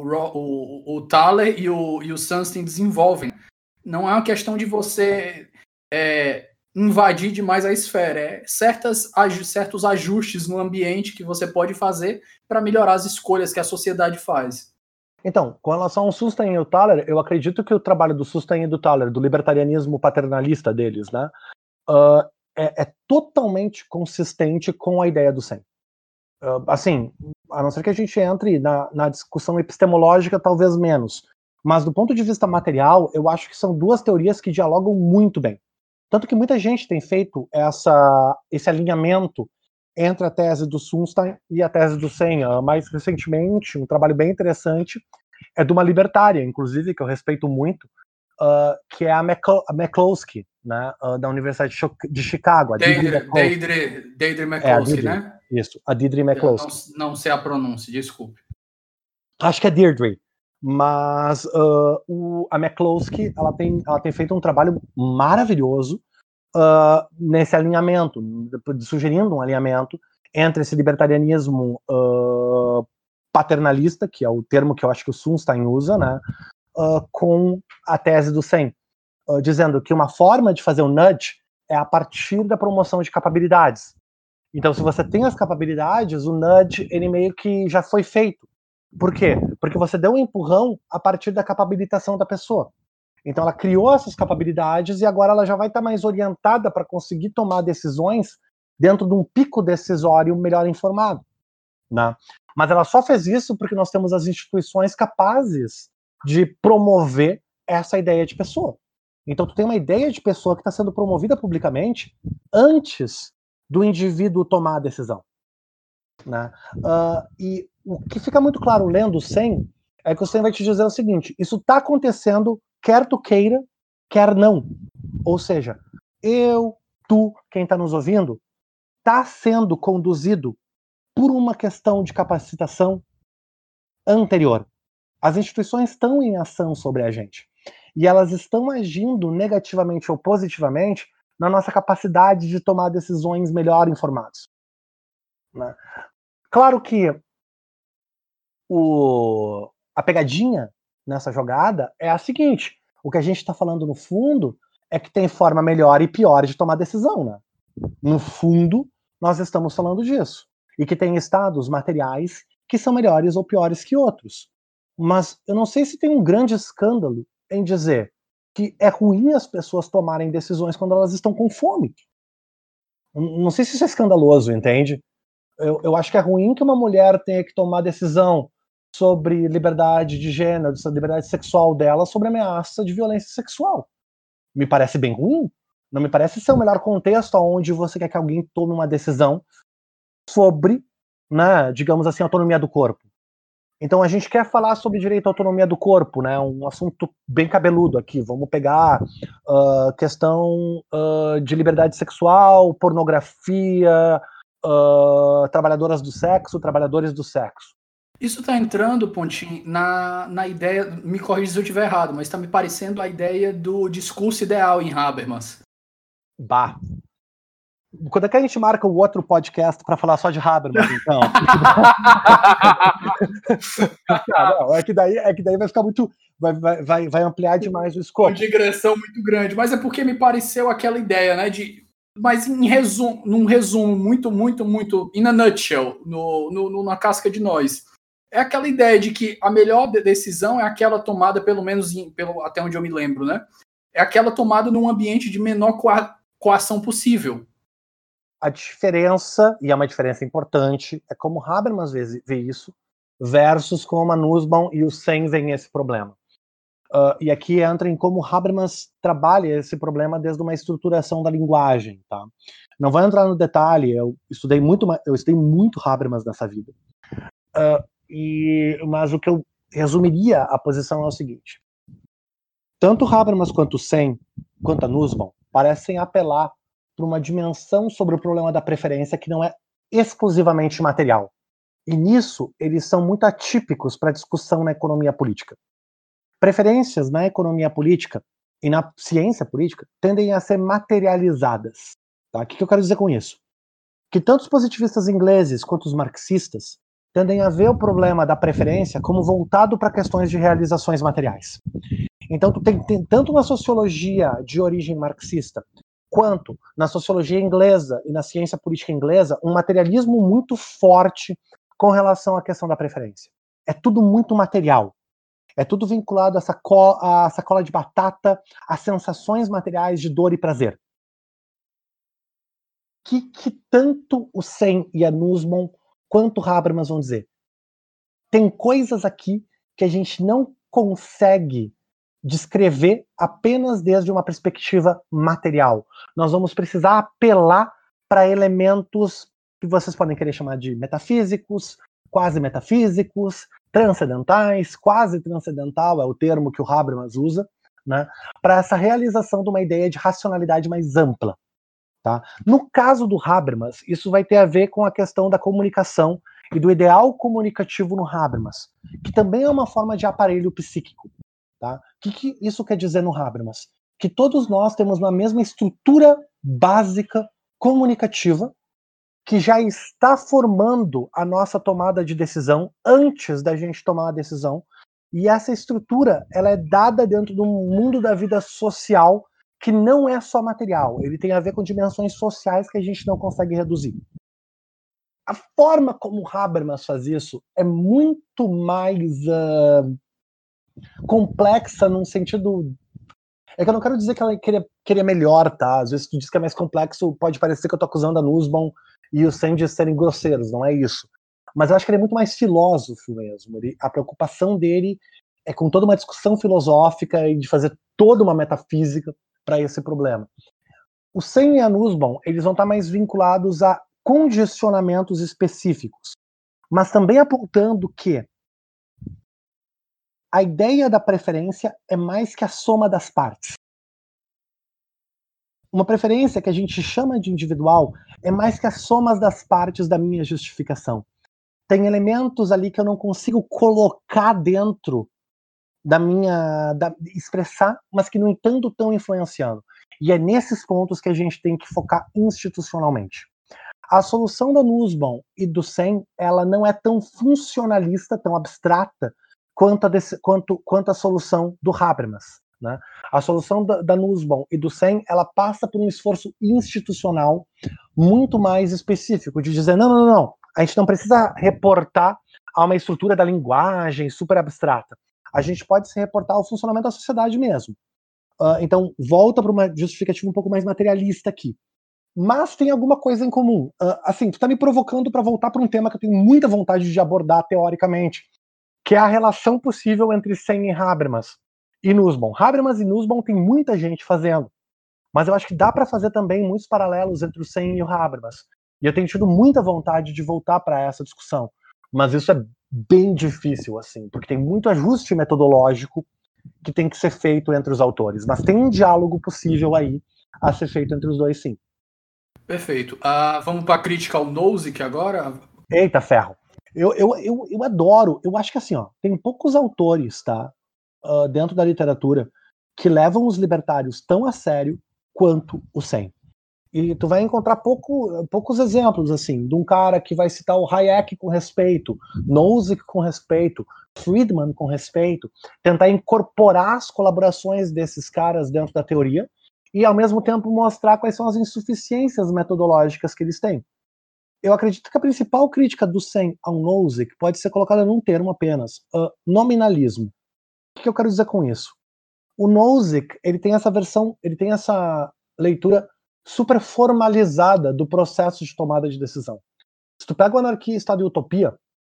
o, o Thaler e o, e o Sunstein desenvolvem. Não é uma questão de você é, invadir demais a esfera, é certas, certos ajustes no ambiente que você pode fazer para melhorar as escolhas que a sociedade faz. Então, com relação ao Sunstein e o Thaler, eu acredito que o trabalho do Sunstein e do Thaler, do libertarianismo paternalista deles, né, uh, é, é totalmente consistente com a ideia do Sen. Uh, assim, a não ser que a gente entre na, na discussão epistemológica, talvez menos. Mas do ponto de vista material, eu acho que são duas teorias que dialogam muito bem. Tanto que muita gente tem feito essa, esse alinhamento entre a tese do Sunstein e a tese do Sen. Uh, mais recentemente, um trabalho bem interessante é de uma libertária, inclusive, que eu respeito muito, uh, que é a, McCl- a McCloskey, né, uh, da Universidade de Chicago. A Deidre, Deidre, Deidre McCloskey, é, a né? Isso, a Deidre McCloskey. Não, não sei a pronúncia, desculpe. Acho que é Deirdre. Mas uh, o, a McCloskey, ela tem, ela tem feito um trabalho maravilhoso uh, nesse alinhamento, sugerindo um alinhamento entre esse libertarianismo uh, paternalista, que é o termo que eu acho que o Sunstein usa, né, uh, com a tese do Sen, uh, dizendo que uma forma de fazer o nudge é a partir da promoção de capacidades. Então, se você tem as capacidades, o nudge, ele meio que já foi feito. Por quê? Porque você deu um empurrão a partir da capabilitação da pessoa. Então, ela criou essas capacidades e agora ela já vai estar mais orientada para conseguir tomar decisões dentro de um pico decisório melhor informado, né? Mas ela só fez isso porque nós temos as instituições capazes de promover essa ideia de pessoa. Então, tu tem uma ideia de pessoa que está sendo promovida publicamente antes do indivíduo tomar a decisão, né? Uh, e o que fica muito claro lendo o Sen é que o Sen vai te dizer o seguinte: isso está acontecendo quer tu queira, quer não. Ou seja, eu, tu, quem está nos ouvindo, está sendo conduzido por uma questão de capacitação anterior. As instituições estão em ação sobre a gente. E elas estão agindo negativamente ou positivamente na nossa capacidade de tomar decisões melhor informadas, né? Claro que o, a pegadinha nessa jogada é a seguinte: o que a gente está falando no fundo é que tem forma melhor e pior de tomar decisão, né? No fundo, nós estamos falando disso. E que tem estados materiais que são melhores ou piores que outros. Mas eu não sei se tem um grande escândalo em dizer que é ruim as pessoas tomarem decisões quando elas estão com fome. Não sei se isso é escandaloso, entende? Eu, eu acho que é ruim que uma mulher tenha que tomar decisão sobre liberdade de gênero, sobre liberdade sexual dela, sobre ameaça de violência sexual. Me parece bem ruim. Não me parece ser o melhor contexto onde você quer que alguém tome uma decisão sobre, né, digamos assim, autonomia do corpo. Então a gente quer falar sobre direito à autonomia do corpo, né, um assunto bem cabeludo aqui. Vamos pegar uh, questão uh, de liberdade sexual, pornografia, uh, trabalhadoras do sexo, trabalhadores do sexo. Isso está entrando, Pontinho, na, na ideia, me corrija se eu estiver errado, mas está me parecendo a ideia do discurso ideal em Habermas. Bah. Quando é que a gente marca o outro podcast para falar só de Habermas, então? ah, não, é que daí, é que daí vai ficar muito, vai, vai, vai ampliar demais o escopo. Uma digressão muito grande, mas é porque me pareceu aquela ideia, né, de, mas em resumo, num resumo muito, muito, muito, in a nutshell, no, no, na casca de nós, é aquela ideia de que a melhor decisão é aquela tomada, pelo menos em, pelo, até onde eu me lembro, né, é aquela tomada num ambiente de menor coa, coação possível. A diferença, e é uma diferença importante, é como Habermas vê, vê isso, versus como a Nussbaum e o Sen veem esse problema. Uh, e aqui entra em como Habermas trabalha esse problema desde uma estruturação da linguagem, tá? Não vou entrar no detalhe, eu estudei muito, eu estudei muito Habermas nessa vida. Uh, e, mas o que eu resumiria a posição é o seguinte: tanto Habermas quanto o Sen, quanto a Nussbaum, parecem apelar para uma dimensão sobre o problema da preferência que não é exclusivamente material. E nisso, eles são muito atípicos para a discussão na economia política. Preferências na economia política e na ciência política tendem a ser materializadas. Tá? O que eu quero dizer com isso? Que tanto os positivistas ingleses quanto os marxistas tendem a ver o problema da preferência como voltado para questões de realizações materiais. Então, tu tem, tem tanto na sociologia de origem marxista quanto na sociologia inglesa e na ciência política inglesa, um materialismo muito forte com relação à questão da preferência. É tudo muito material. É tudo vinculado à sacola, à sacola de batata, a sensações materiais de dor e prazer. Que, que tanto o Sen e a Nussbaum quanto Habermas vão dizer? Tem coisas aqui que a gente não consegue descrever apenas desde uma perspectiva material. Nós vamos precisar apelar para elementos que vocês podem querer chamar de metafísicos, quase metafísicos, transcendentais, quase transcendental é o termo que o Habermas usa, né, para essa realização de uma ideia de racionalidade mais ampla. Tá? No caso do Habermas, isso vai ter a ver com a questão da comunicação e do ideal comunicativo no Habermas, que também é uma forma de aparelho psíquico. Tá? O que, que isso quer dizer no Habermas? Que todos nós temos uma mesma estrutura básica comunicativa que já está formando a nossa tomada de decisão antes da gente tomar a decisão, e essa estrutura ela é dada dentro do mundo da vida social que não é só material, ele tem a ver com dimensões sociais que a gente não consegue reduzir. A forma como Habermas faz isso é muito mais uh, complexa num sentido... É que eu não quero dizer que ela queria, queria melhor, tá? Às vezes tu diz que é mais complexo, pode parecer que eu tô acusando a Nussbaum e o Sen de serem grosseiros, não é isso. Mas eu acho que ele é muito mais filósofo mesmo. Ele, a preocupação dele é com toda uma discussão filosófica e de fazer toda uma metafísica para esse problema. O Sen e a Nussbaum, eles vão estar mais vinculados a condicionamentos específicos, mas também apontando que a ideia da preferência é mais que a soma das partes. Uma preferência que a gente chama de individual é mais que as somas das partes da minha justificação. Tem elementos ali que eu não consigo colocar dentro da minha... Da, expressar, mas que, no entanto, estão influenciando. E é nesses pontos que a gente tem que focar institucionalmente. A solução da Nussbaum e do Sen, ela não é tão funcionalista, tão abstrata, quanto a, desse, quanto, quanto a solução do Habermas. Né? A solução da, da Nussbaum e do Sen, ela passa por um esforço institucional muito mais específico, de dizer, não, não, não, a gente não precisa reportar a uma estrutura da linguagem super abstrata. A gente pode se reportar ao funcionamento da sociedade mesmo. Uh, então, volta para uma justificativa um pouco mais materialista aqui. Mas tem alguma coisa em comum. Uh, assim, tu tá me provocando para voltar para um tema que eu tenho muita vontade de abordar teoricamente, que é a relação possível entre Sen e Habermas e Nussbaum. Habermas e Nussbaum tem muita gente fazendo, mas eu acho que dá para fazer também muitos paralelos entre o Sen e o Habermas. E eu tenho tido muita vontade de voltar para essa discussão, mas isso é bem difícil, assim, porque tem muito ajuste metodológico que tem que ser feito entre os autores, mas tem um diálogo possível aí a ser feito entre os dois, sim. Perfeito. Uh, vamos para a crítica ao Nozick agora? Eita, ferro. Eu, eu, eu, eu adoro, eu acho que assim, ó, tem poucos autores, tá, uh, dentro da literatura que levam os libertários tão a sério quanto o Sen. E tu vai encontrar pouco, poucos exemplos, assim, de um cara que vai citar o Hayek com respeito, Nozick com respeito, Friedman com respeito, tentar incorporar as colaborações desses caras dentro da teoria e, ao mesmo tempo, mostrar quais são as insuficiências metodológicas que eles têm. Eu acredito que a principal crítica do Sen ao Nozick pode ser colocada num termo apenas, uh, nominalismo. O que eu quero dizer com isso? O Nozick, ele tem essa versão, ele tem essa leitura super formalizada do processo de tomada de decisão. Se tu pega o Anarquia, Estado e Utopia,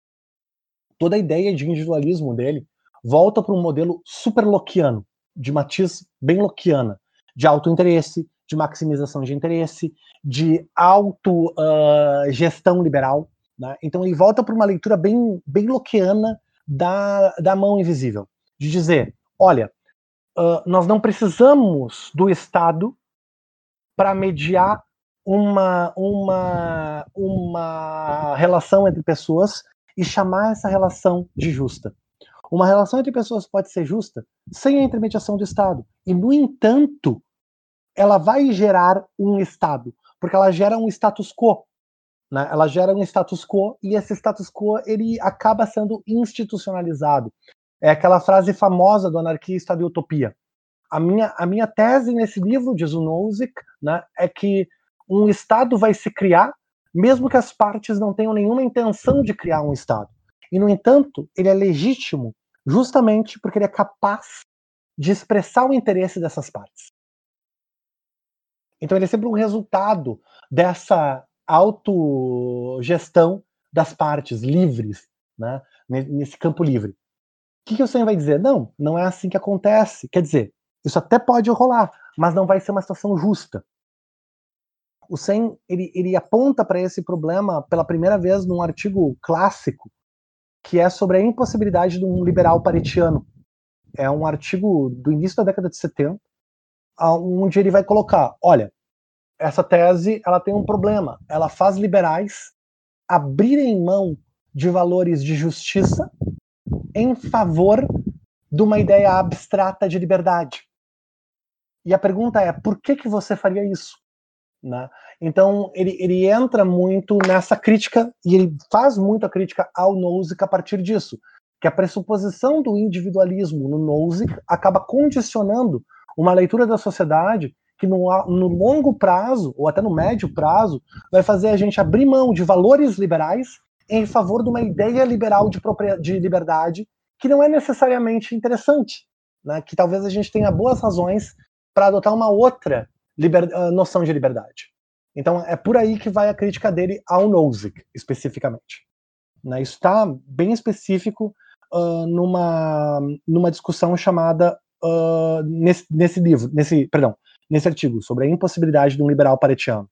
toda a ideia de individualismo dele volta para um modelo super lockeano, de matiz bem lockeana, de autointeresse, de maximização de interesse, de autogestão uh, liberal. Né? Então ele volta para uma leitura bem, bem lockeana da, da mão invisível, de dizer, olha, uh, nós não precisamos do Estado para mediar uma, uma, uma relação entre pessoas e chamar essa relação de justa. Uma relação entre pessoas pode ser justa sem a intermediação do Estado. E, no entanto, ela vai gerar um Estado, porque ela gera um status quo. Né? Ela gera um status quo e esse status quo ele acaba sendo institucionalizado. É aquela frase famosa do Anarquia, Estado e Utopia. A minha, a minha tese nesse livro, diz o Nozick, né, é que um Estado vai se criar, mesmo que as partes não tenham nenhuma intenção de criar um Estado. E, no entanto, ele é legítimo justamente porque ele é capaz de expressar o interesse dessas partes. Então ele é sempre um resultado dessa autogestão das partes livres, né, nesse campo livre. O que, que o Sen vai dizer? Não, não é assim que acontece. Quer dizer, isso até pode rolar, mas não vai ser uma situação justa. O Sen ele, ele aponta para esse problema pela primeira vez num artigo clássico, que é sobre a impossibilidade de um liberal paretiano. É um artigo do início da década de setenta, onde ele vai colocar, olha, essa tese ela tem um problema, ela faz liberais abrirem mão de valores de justiça em favor de uma ideia abstrata de liberdade. E a pergunta é, por que que você faria isso? né? Então ele, ele entra muito nessa crítica, e ele faz muito a crítica ao Nozick a partir disso, que a pressuposição do individualismo no Nozick acaba condicionando uma leitura da sociedade que no, no longo prazo, ou até no médio prazo, vai fazer a gente abrir mão de valores liberais em favor de uma ideia liberal de, de liberdade que não é necessariamente interessante, né? Que talvez a gente tenha boas razões para adotar uma outra liber, uh, noção de liberdade. Então é por aí que vai a crítica dele ao Nozick, especificamente. Né? Isso está bem específico uh, numa, numa discussão chamada, uh, nesse, nesse livro, nesse, perdão, nesse artigo, sobre a impossibilidade de um liberal paretiano.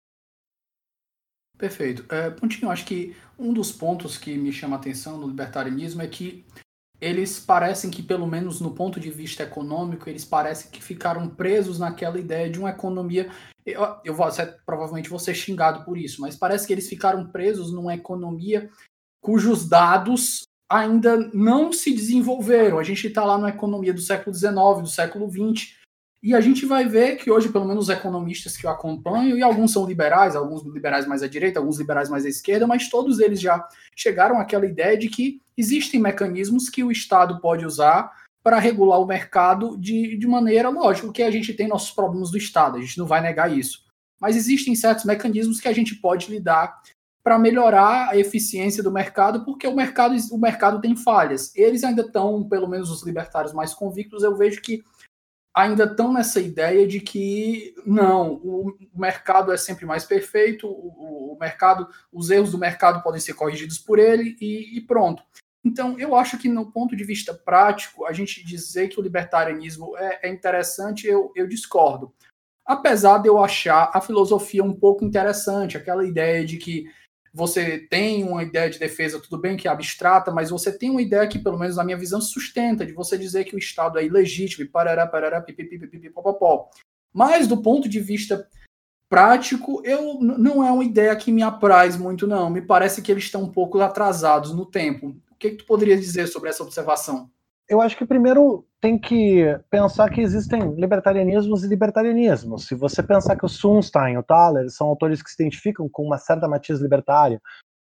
Perfeito. É, Pontinho, acho que um dos pontos que me chama a atenção no libertarianismo é que eles parecem que, pelo menos no ponto de vista econômico, eles parecem que ficaram presos naquela ideia de uma economia... Eu, eu vou, provavelmente vou ser xingado por isso, mas parece que eles ficaram presos numa economia cujos dados ainda não se desenvolveram. A gente está lá numa economia do século dezenove, do século vinte, e a gente vai ver que hoje, pelo menos os economistas que eu acompanho, e alguns são liberais, alguns liberais mais à direita, alguns liberais mais à esquerda, mas todos eles já chegaram àquela ideia de que existem mecanismos que o Estado pode usar para regular o mercado de, de maneira, lógico, que a gente tem nossos problemas do Estado, a gente não vai negar isso. Mas existem certos mecanismos que a gente pode lidar para melhorar a eficiência do mercado, porque o mercado, o mercado tem falhas. Eles ainda estão, pelo menos os libertários mais convictos, eu vejo que ainda estão nessa ideia de que não, o mercado é sempre mais perfeito, o, o mercado, os erros do mercado podem ser corrigidos por ele e, e pronto. Então, eu acho que no ponto de vista prático, a gente dizer que o libertarianismo é, é interessante, eu, eu discordo. Apesar de eu achar a filosofia um pouco interessante, aquela ideia de que você tem uma ideia de defesa, tudo bem que é abstrata, mas você tem uma ideia que, pelo menos na minha visão, sustenta, de você dizer que o Estado é ilegítimo, e parará, parará, pipipipipipopopó. Mas, do ponto de vista prático, eu, não é uma ideia que me apraz muito, não. Me parece que eles estão um pouco atrasados no tempo. O que, que tu poderias dizer sobre essa observação? Eu acho que primeiro tem que pensar que existem libertarianismos e libertarianismos. Se você pensar que o Sunstein e o Thaler são autores que se identificam com uma certa matiz libertária,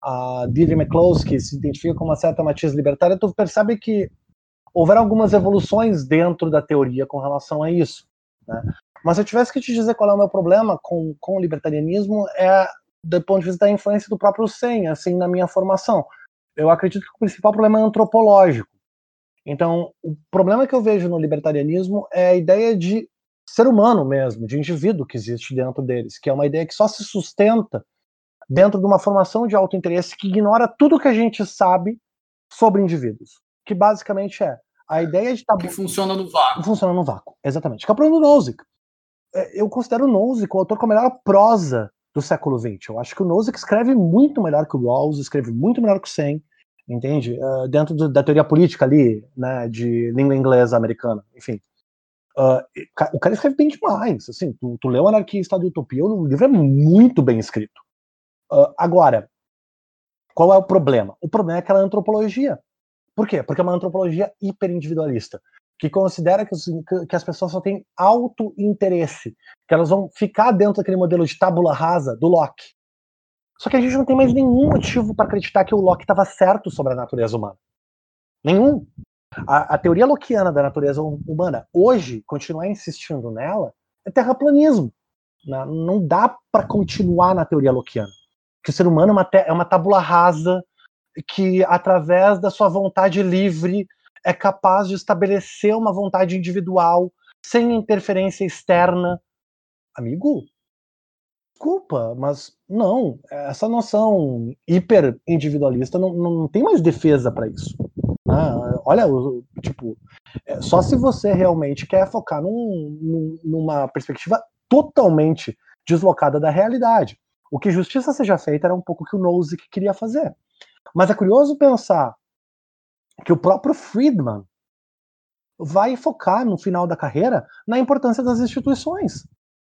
a Deirdre McCloskey se identifica com uma certa matiz libertária, tu percebe que houveram algumas evoluções dentro da teoria com relação a isso, né? Mas se eu tivesse que te dizer qual é o meu problema com, com o libertarianismo, é do ponto de vista da influência do próprio Sen, assim, na minha formação. Eu acredito que o principal problema é antropológico. Então, o problema que eu vejo no libertarianismo é a ideia de ser humano mesmo, de indivíduo que existe dentro deles, que é uma ideia que só se sustenta dentro de uma formação de autointeresse que ignora tudo que a gente sabe sobre indivíduos, que basicamente é a ideia de... Tabu... Que funciona no vácuo. Funciona no vácuo, exatamente. Que é o problema do Nozick. Eu considero o Nozick o autor com a melhor prosa do século vinte. Eu acho que o Nozick escreve muito melhor que o Rawls, escreve muito melhor que o Sen, entende? Uh, dentro do, da teoria política ali, né, de língua inglesa americana, enfim. Uh, o cara escreve bem demais, assim, tu, tu leu Anarquia e Estado de Utopia, o livro é muito bem escrito. Uh, agora, qual é o problema? O problema é aquela antropologia. Por quê? Porque é uma antropologia hiperindividualista, que considera que, os, que as pessoas só têm auto-interesse, que elas vão ficar dentro daquele modelo de tábula rasa do Locke. Só que a gente não tem mais nenhum motivo para acreditar que o Locke estava certo sobre a natureza humana. Nenhum. A, a teoria lockeana da natureza humana, hoje, continuar insistindo nela, é terraplanismo. Não, não dá para continuar na teoria lockeana. Que o ser humano é uma, é uma tábula rasa que, através da sua vontade livre, é capaz de estabelecer uma vontade individual, sem interferência externa. Amigo, desculpa, mas não, essa noção hiper individualista não, não tem mais defesa para isso. Ah, olha, tipo, só se você realmente quer focar num, num, numa perspectiva totalmente deslocada da realidade. O que justiça seja feita era um pouco o que o Nozick queria fazer. Mas é curioso pensar que o próprio Friedman vai focar no final da carreira na importância das instituições.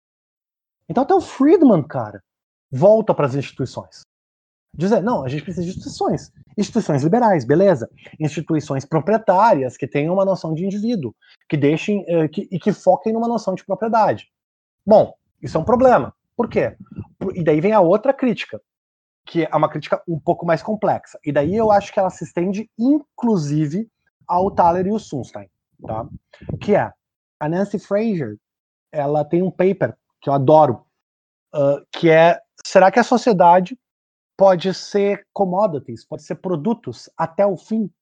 Então até o Friedman, cara, volta para as instituições. Dizer, não, a gente precisa de instituições. Instituições liberais, beleza. Instituições proprietárias, que tenham uma noção de indivíduo, que deixem uh, que, e que foquem numa noção de propriedade. Bom, isso é um problema. Por quê? E daí vem a outra crítica, que é uma crítica um pouco mais complexa. E daí eu acho que ela se estende, inclusive, ao Thaler e o Sunstein, tá? Que é, a Nancy Fraser, ela tem um paper que eu adoro, uh, que é, será que a sociedade pode ser commodities, pode ser produtos até o fim?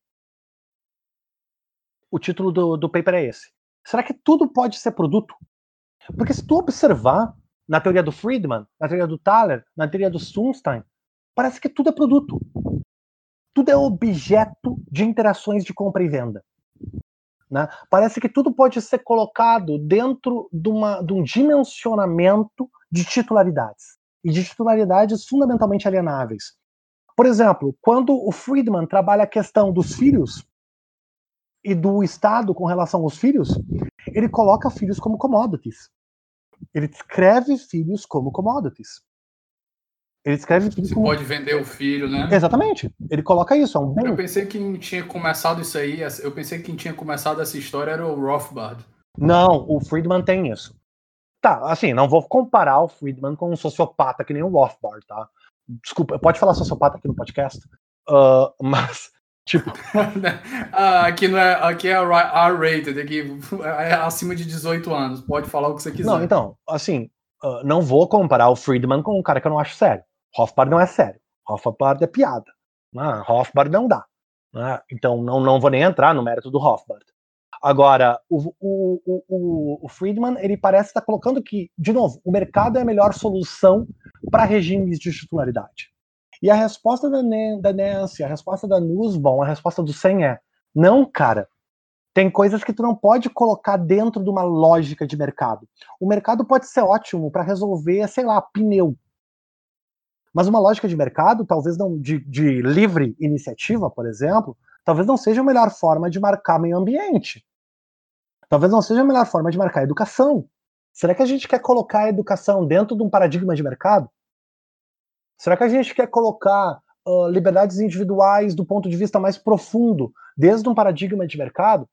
O título do, do paper é esse. Será que tudo pode ser produto? Porque se tu observar na teoria do Friedman, na teoria do Thaler, na teoria do Sunstein, parece que tudo é produto. Tudo é objeto de interações de compra e venda. Né? Parece que tudo pode ser colocado dentro de, uma, de um dimensionamento de titularidades. E de titularidades fundamentalmente alienáveis. Por exemplo, quando o Friedman trabalha a questão dos filhos e do Estado com relação aos filhos, ele coloca filhos como commodities. Ele descreve filhos como commodities. Ele descreve filhos Você como... pode vender o filho, né? Exatamente. Ele coloca isso, é um bem... Eu pensei que quem tinha começado isso aí, eu pensei que quem tinha começado essa história era o Rothbard. Não, o Friedman tem isso. Tá, assim, não vou comparar o Friedman com um sociopata que nem o Rothbard, tá? Desculpa, pode falar sociopata aqui no podcast? Uh, mas, tipo... ah, aqui, não é, aqui é R-rated, aqui é acima de dezoito anos, pode falar o que você quiser. Não, então, assim, uh, não vou comparar o Friedman com um cara que eu não acho sério. Rothbard não é sério. Rothbard é piada. Né? Rothbard não dá. Né? Então, não, não vou nem entrar no mérito do Rothbard. Agora, o, o, o, o Friedman, ele parece estar colocando que, de novo, o mercado é a melhor solução para regimes de titularidade. E a resposta da, da Nancy, a resposta da Nussbaum, a resposta do Sen é, não, cara, tem coisas que tu não pode colocar dentro de uma lógica de mercado. O mercado pode ser ótimo para resolver, sei lá, pneu. Mas uma lógica de mercado, talvez não de, de livre iniciativa, por exemplo, talvez não seja a melhor forma de marcar meio ambiente. Talvez não seja a melhor forma de marcar a educação. Será que a gente quer colocar a educação dentro de um paradigma de mercado? Será que a gente quer colocar uh, liberdades individuais do ponto de vista mais profundo, desde um paradigma de mercado?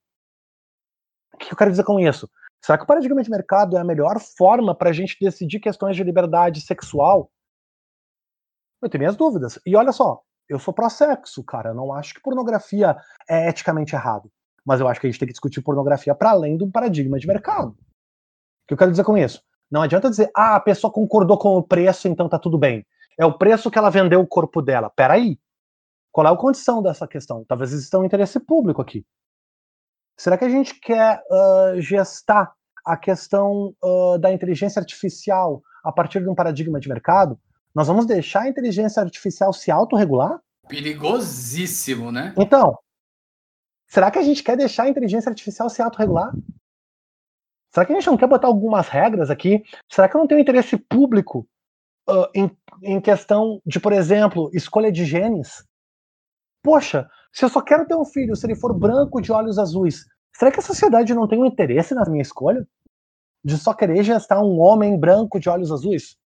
O que eu quero dizer com isso? Será que o paradigma de mercado é a melhor forma para a gente decidir questões de liberdade sexual? Eu tenho minhas dúvidas. E olha só, eu sou pró-sexo, cara. Eu não acho que pornografia é eticamente errado. Mas eu acho que a gente tem que discutir pornografia para além do paradigma de mercado. O que eu quero dizer com isso? Não adianta dizer, ah, a pessoa concordou com o preço, então tá tudo bem. É o preço que ela vendeu o corpo dela. Peraí. Qual é a condição dessa questão? Talvez exista um interesse público aqui. Será que a gente quer uh, gestar a questão uh, da inteligência artificial a partir de um paradigma de mercado? Nós vamos deixar a inteligência artificial se autorregular? Perigosíssimo, né? Então, será que a gente quer deixar a inteligência artificial se autorregular? Será que a gente não quer botar algumas regras aqui? Será que eu não tenho interesse público uh, em, em questão de, por exemplo, escolha de genes? Poxa, se eu só quero ter um filho, se ele for branco de olhos azuis, será que a sociedade não tem um interesse na minha escolha? De só querer gestar um homem branco de olhos azuis?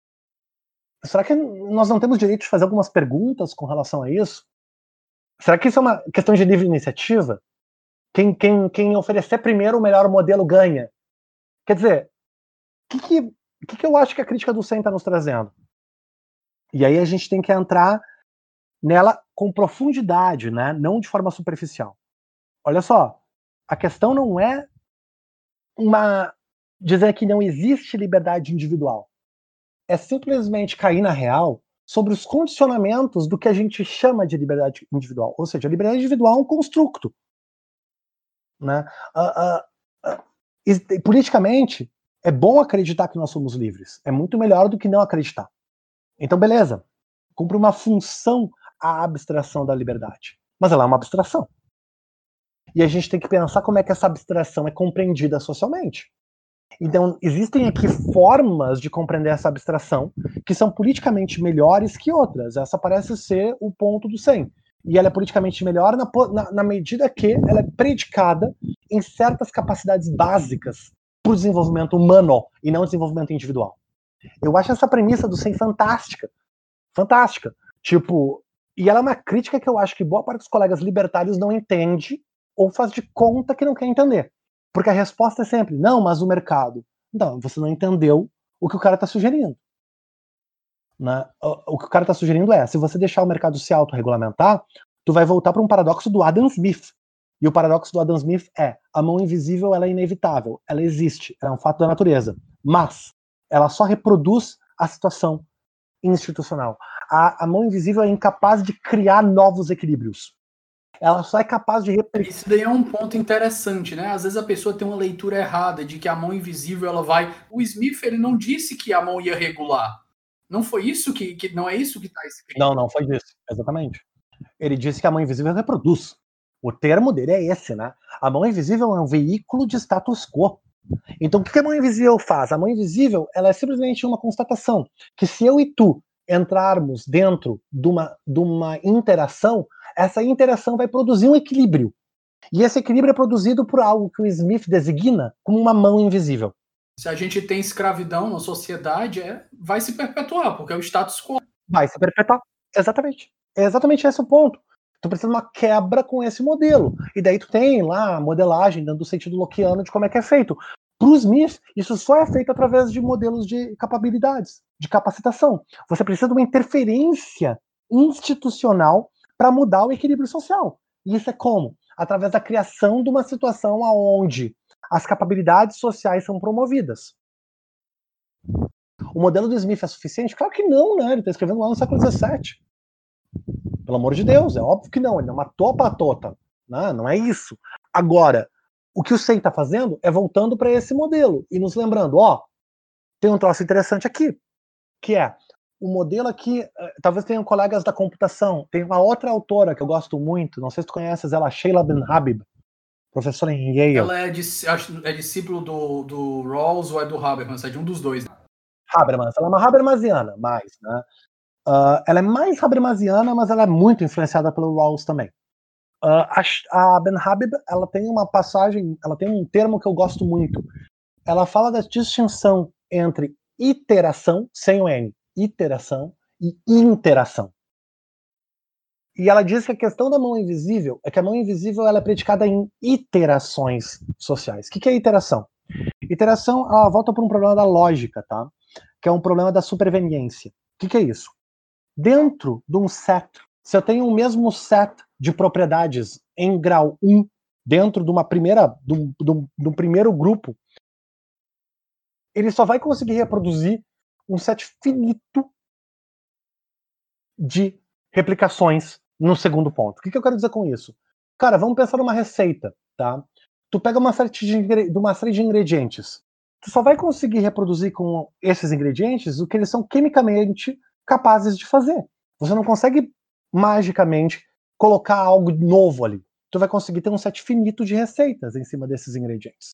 Será que nós não temos direito de fazer algumas perguntas com relação a isso? Será que isso é uma questão de livre iniciativa? Quem, quem, quem oferecer primeiro o melhor modelo ganha? Quer dizer, o que, que, que, que eu acho que a crítica do Sen está nos trazendo? E aí a gente tem que entrar nela com profundidade, né? Não de forma superficial. Olha só, a questão não é uma dizer que não existe liberdade individual. É simplesmente cair na real sobre os condicionamentos do que a gente chama de liberdade individual. Ou seja, a liberdade individual é um construto. Né? Uh, uh, uh, e, politicamente, é bom acreditar que nós somos livres. É muito melhor do que não acreditar. Então, beleza. Cumpre uma função a abstração da liberdade. Mas ela é uma abstração. E a gente tem que pensar como é que essa abstração é compreendida socialmente. Então, existem aqui formas de compreender essa abstração que são politicamente melhores que outras. Essa parece ser o ponto do Sen. E ela é politicamente melhor na, na, na medida que ela é predicada em certas capacidades básicas para o desenvolvimento humano e não desenvolvimento individual. Eu acho essa premissa do Sen fantástica. Fantástica. Tipo, e ela é uma crítica que eu acho que boa parte dos colegas libertários não entende ou faz de conta que não quer entender. Porque a resposta é sempre, não, mas o mercado. Não, você não entendeu o que o cara está sugerindo. Né? O, o que o cara está sugerindo é, se você deixar o mercado se autorregulamentar, tu vai voltar para um paradoxo do Adam Smith. E o paradoxo do Adam Smith é, a mão invisível ela é inevitável, ela existe, ela é um fato da natureza, mas ela só reproduz a situação institucional. A, a mão invisível é incapaz de criar novos equilíbrios. Ela só é capaz de replicar. Isso daí é um ponto interessante, né? Às vezes a pessoa tem uma leitura errada de que a mão invisível ela vai. O Smith ele não disse que a mão ia regular. Não foi isso que, que não é isso que está escrito. Não, não foi isso, exatamente. Ele disse que a mão invisível reproduz. O termo dele é esse, né? A mão invisível é um veículo de status quo. Então, o que a mão invisível faz? A mão invisível ela é simplesmente uma constatação que se eu e tu entrarmos dentro de uma, de uma interação, essa interação vai produzir um equilíbrio. E esse equilíbrio é produzido por algo que o Smith designa como uma mão invisível. Se a gente tem escravidão na sociedade, é, vai se perpetuar, porque é o status quo. Vai se perpetuar. Exatamente. É exatamente esse o ponto. Tu precisa de uma quebra com esse modelo. E daí tu tem lá a modelagem, dando o sentido lockeano de como é que é feito. Para o Smith, isso só é feito através de modelos de capabilidades, de capacitação. Você precisa de uma interferência institucional para mudar o equilíbrio social. E isso é como? Através da criação de uma situação onde as capabilidades sociais são promovidas. O modelo do Smith é suficiente? Claro que não, né? Ele está escrevendo lá no século dezessete. Pelo amor de Deus, é óbvio que não. Ele não matou a patota. Né? Não é isso. Agora, o que o Sen está fazendo é voltando para esse modelo e nos lembrando, ó, tem um troço interessante aqui, que é o modelo aqui, talvez tenham colegas da computação, tem uma outra autora que eu gosto muito, não sei se tu conheces ela, Sheila Ben-Habib, professora em Yale. Ela é, acho, é discípulo do, do Rawls ou é do Habermas, é de um dos dois. Habermas, ela é uma Habermasiana, mais, né? Uh, ela é mais Habermasiana, mas ela é muito influenciada pelo Rawls também. Uh, a, a Ben-Habib, ela tem uma passagem, ela tem um termo que eu gosto muito. Ela fala da distinção entre iteração, sem o N, iteração e interação. E ela diz que a questão da mão invisível é que a mão invisível ela é predicada em iterações sociais. O que, que é iteração? Iteração, ela volta para um problema da lógica, tá? Que é um problema da superveniência. O que, que é isso? Dentro de um set, se eu tenho o mesmo set de propriedades em grau um, dentro de uma primeira, de um, de um, de um primeiro grupo, ele só vai conseguir reproduzir um set finito de replicações no segundo ponto. O que, que eu quero dizer com isso? Cara, vamos pensar numa receita, tá? Tu pega uma série de, uma série de ingredientes. Tu só vai conseguir reproduzir com esses ingredientes o que eles são quimicamente capazes de fazer. Você não consegue magicamente colocar algo novo ali. Tu vai conseguir ter um set finito de receitas em cima desses ingredientes.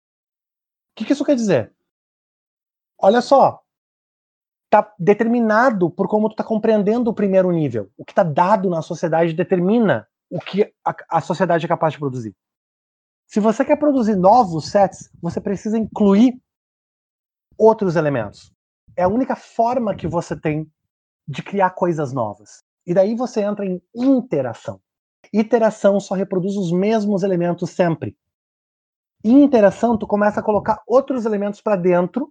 O que, que isso quer dizer? Olha só, tá determinado por como tu tá compreendendo o primeiro nível. O que está dado na sociedade determina o que a, a sociedade é capaz de produzir. Se você quer produzir novos sets, você precisa incluir outros elementos. É a única forma que você tem de criar coisas novas. E daí você entra em interação. Iteração só reproduz os mesmos elementos sempre. Em interação, tu começa a colocar outros elementos para dentro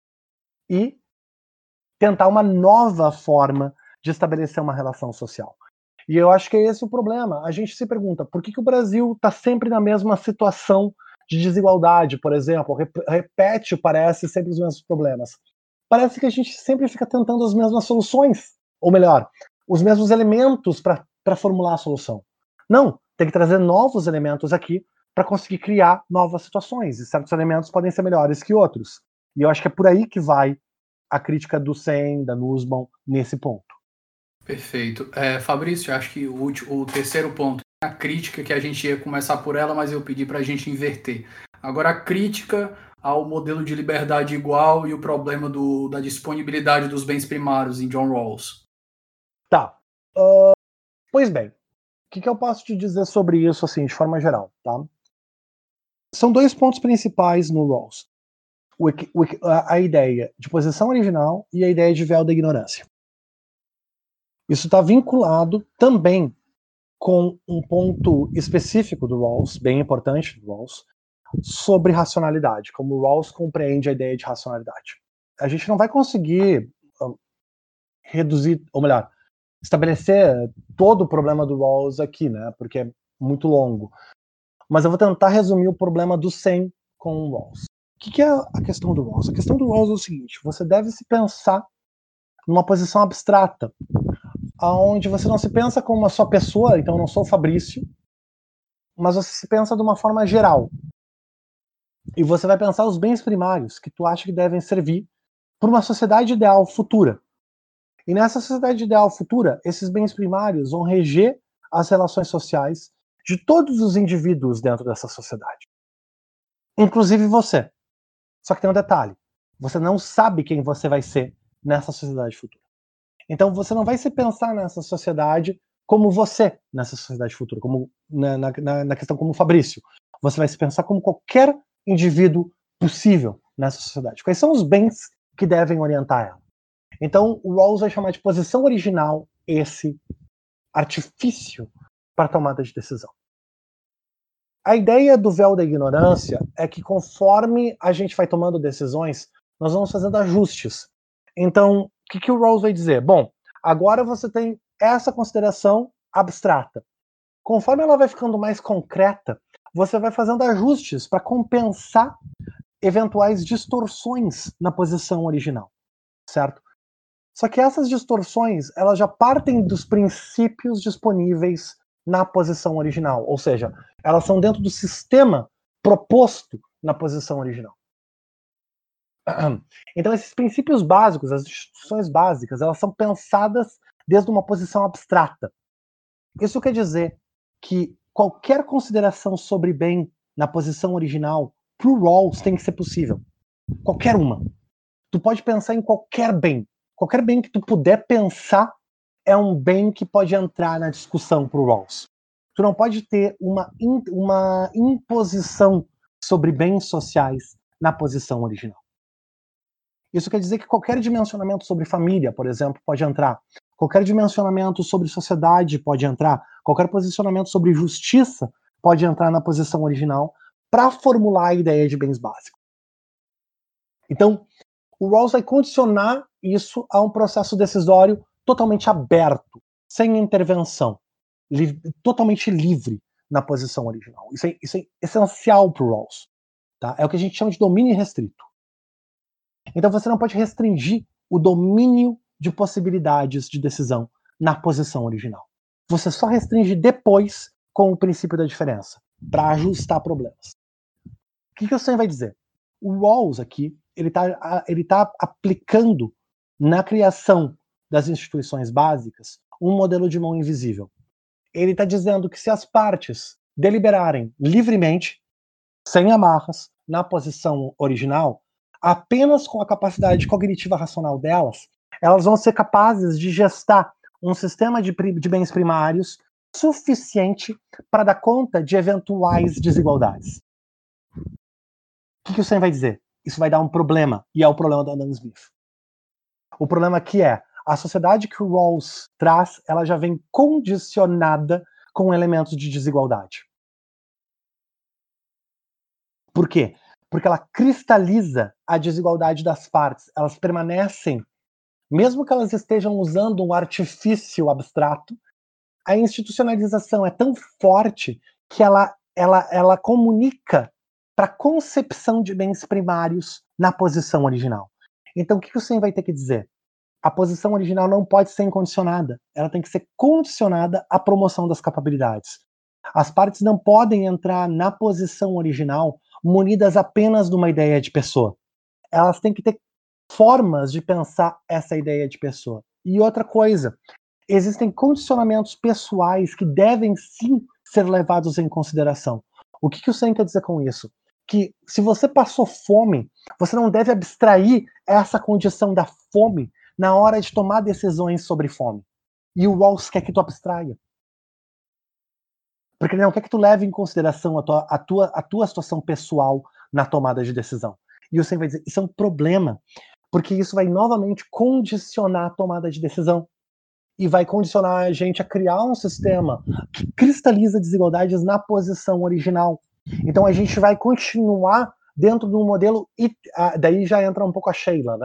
e tentar uma nova forma de estabelecer uma relação social. E eu acho que é esse o problema. A gente se pergunta, por que, que o Brasil está sempre na mesma situação de desigualdade, por exemplo? Repete, parece, sempre os mesmos problemas. Parece que a gente sempre fica tentando as mesmas soluções. Ou melhor, os mesmos elementos para formular a solução. Não, tem que trazer novos elementos aqui para conseguir criar novas situações. E certos elementos podem ser melhores que outros. E eu acho que é por aí que vai a crítica do Sen, da Nussbaum, nesse ponto. Perfeito. É, Fabrício, acho que o, o terceiro ponto é a crítica, que a gente ia começar por ela, mas eu pedi para a gente inverter. Agora, a crítica ao modelo de liberdade igual e o problema do, da disponibilidade dos bens primários em John Rawls. Tá. Uh, pois bem, o que, que eu posso te dizer sobre isso, assim, de forma geral, tá? São dois pontos principais no Rawls. O, o, a, a ideia de posição original e a ideia de véu da ignorância. Isso está vinculado também com um ponto específico do Rawls, bem importante do Rawls, sobre racionalidade, como o Rawls compreende a ideia de racionalidade. A gente não vai conseguir reduzir, ou melhor, estabelecer todo o problema do Rawls aqui, né? Porque é muito longo. Mas eu vou tentar resumir o problema do sem com o Rawls. O que, que é a questão do Rawls? A questão do Rawls é o seguinte: você deve se pensar numa posição abstrata, onde você não se pensa como uma só pessoa, então eu não sou o Fabrício, mas você se pensa de uma forma geral. E você vai pensar os bens primários que tu acha que devem servir para uma sociedade ideal futura. E nessa sociedade ideal futura, esses bens primários vão reger as relações sociais de todos os indivíduos dentro dessa sociedade. Inclusive você. Só que tem um detalhe. Você não sabe quem você vai ser nessa sociedade futura. Então você não vai se pensar nessa sociedade como você nessa sociedade futura, como na, na, na questão como Fabrício. Você vai se pensar como qualquer indivíduo possível nessa sociedade. Quais são os bens que devem orientar ela? Então o Rawls vai chamar de posição original esse artifício para tomada de decisão. A ideia do véu da ignorância é que conforme a gente vai tomando decisões, nós vamos fazendo ajustes. Então, o que, que o Rawls vai dizer? Bom, agora você tem essa consideração abstrata. Conforme ela vai ficando mais concreta, você vai fazendo ajustes para compensar eventuais distorções na posição original, certo? Só que essas distorções, elas já partem dos princípios disponíveis na posição original, ou seja, elas são dentro do sistema proposto na posição original. Então esses princípios básicos, as instituições básicas, elas são pensadas desde uma posição abstrata. Isso quer dizer que qualquer consideração sobre bem na posição original para o Rawls tem que ser possível. Qualquer uma. Tu pode pensar em qualquer bem. Qualquer bem que tu puder pensar é um bem que pode entrar na discussão para o Rawls. Tu não pode ter uma, in, uma imposição sobre bens sociais na posição original. Isso quer dizer que qualquer dimensionamento sobre família, por exemplo, pode entrar. Qualquer dimensionamento sobre sociedade pode entrar. Qualquer posicionamento sobre justiça pode entrar na posição original para formular a ideia de bens básicos. Então, o Rawls vai condicionar isso a um processo decisório totalmente aberto, sem intervenção, li- totalmente livre na posição original. Isso é, isso é essencial para o Rawls. Tá? É o que a gente chama de domínio restrito. Então você não pode restringir o domínio de possibilidades de decisão na posição original. Você só restringe depois com o princípio da diferença, para ajustar problemas. O que, que o Sam vai dizer? O Rawls aqui, ele está ele tá aplicando na criação das instituições básicas um modelo de mão invisível. Ele está dizendo que se as partes deliberarem livremente, sem amarras, na posição original, apenas com a capacidade cognitiva racional delas, elas vão ser capazes de gestar um sistema de, de bens primários suficiente para dar conta de eventuais desigualdades. O que, que o Sam vai dizer? Isso vai dar um problema, e é o problema do Adam Smith. O problema aqui é, a sociedade que o Rawls traz, ela já vem condicionada com elementos de desigualdade. Por quê? Porque ela cristaliza a desigualdade das partes. Elas permanecem, mesmo que elas estejam usando um artifício abstrato, a institucionalização é tão forte que ela, ela, ela comunica para a concepção de bens primários na posição original. Então, o que o Sam vai ter que dizer? A posição original não pode ser incondicionada. Ela tem que ser condicionada à promoção das capacidades. As partes não podem entrar na posição original munidas apenas de uma ideia de pessoa. Elas têm que ter formas de pensar essa ideia de pessoa. E outra coisa, existem condicionamentos pessoais que devem sim ser levados em consideração. O que, que o Sam quer dizer com isso? Que se você passou fome, você não deve abstrair essa condição da fome na hora de tomar decisões sobre fome. E o Rawls quer que tu abstraia. Porque ele não quer que tu leve em consideração a tua, a tua, a tua situação pessoal na tomada de decisão. E o Sam vai dizer, isso é um problema, porque isso vai novamente condicionar a tomada de decisão. E vai condicionar a gente a criar um sistema que cristaliza desigualdades na posição original. Então a gente vai continuar dentro de um modelo, daí já entra um pouco a Sheila, né?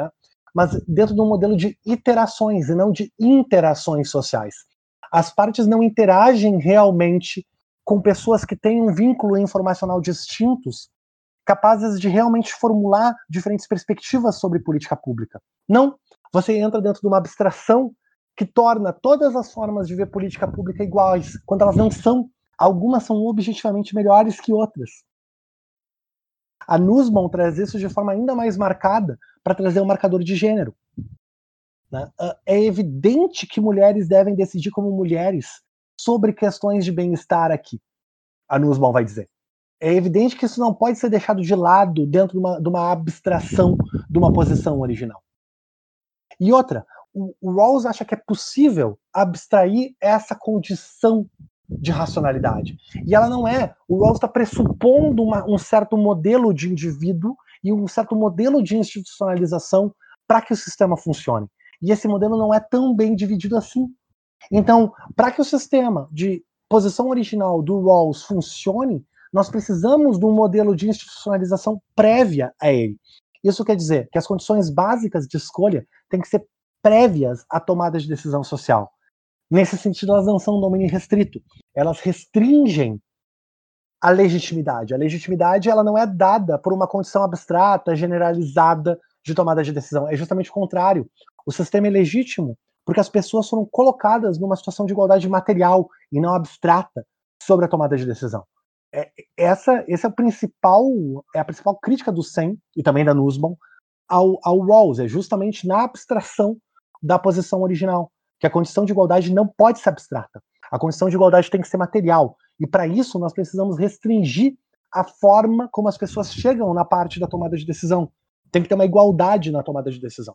mas dentro de um modelo de iterações e não de interações sociais. As partes não interagem realmente com pessoas que têm um vínculo informacional distintos, capazes de realmente formular diferentes perspectivas sobre política pública. Não, você entra dentro de uma abstração que torna todas as formas de ver política pública iguais, quando elas não são. Algumas são objetivamente melhores que outras. A Nussbaum traz isso de forma ainda mais marcada para trazer um marcador de gênero. Né? É evidente que mulheres devem decidir como mulheres sobre questões de bem-estar aqui, a Nussbaum vai dizer. É evidente que isso não pode ser deixado de lado dentro de uma, de uma abstração de uma posição original. E outra, o, o Rawls acha que é possível abstrair essa condição de racionalidade. E ela não é. O Rawls está pressupondo uma, um certo modelo de indivíduo e um certo modelo de institucionalização para que o sistema funcione. E esse modelo não é tão bem dividido assim. Então, para que o sistema de posição original do Rawls funcione, nós precisamos de um modelo de institucionalização prévia a ele. Isso quer dizer que as condições básicas de escolha têm que ser prévias à tomada de decisão social. Nesse sentido, elas não são um domínio restrito. Elas restringem a legitimidade. A legitimidade ela não é dada por uma condição abstrata, generalizada de tomada de decisão. É justamente o contrário. O sistema é legítimo porque as pessoas foram colocadas numa situação de igualdade material e não abstrata sobre a tomada de decisão. É, essa, esse é, o principal, é a principal crítica do Sen e também da Nussbaum ao, ao Rawls, é justamente na abstração da posição original, que a condição de igualdade não pode ser abstrata. A condição de igualdade tem que ser material. E para isso nós precisamos restringir a forma como as pessoas chegam na parte da tomada de decisão. Tem que ter uma igualdade na tomada de decisão.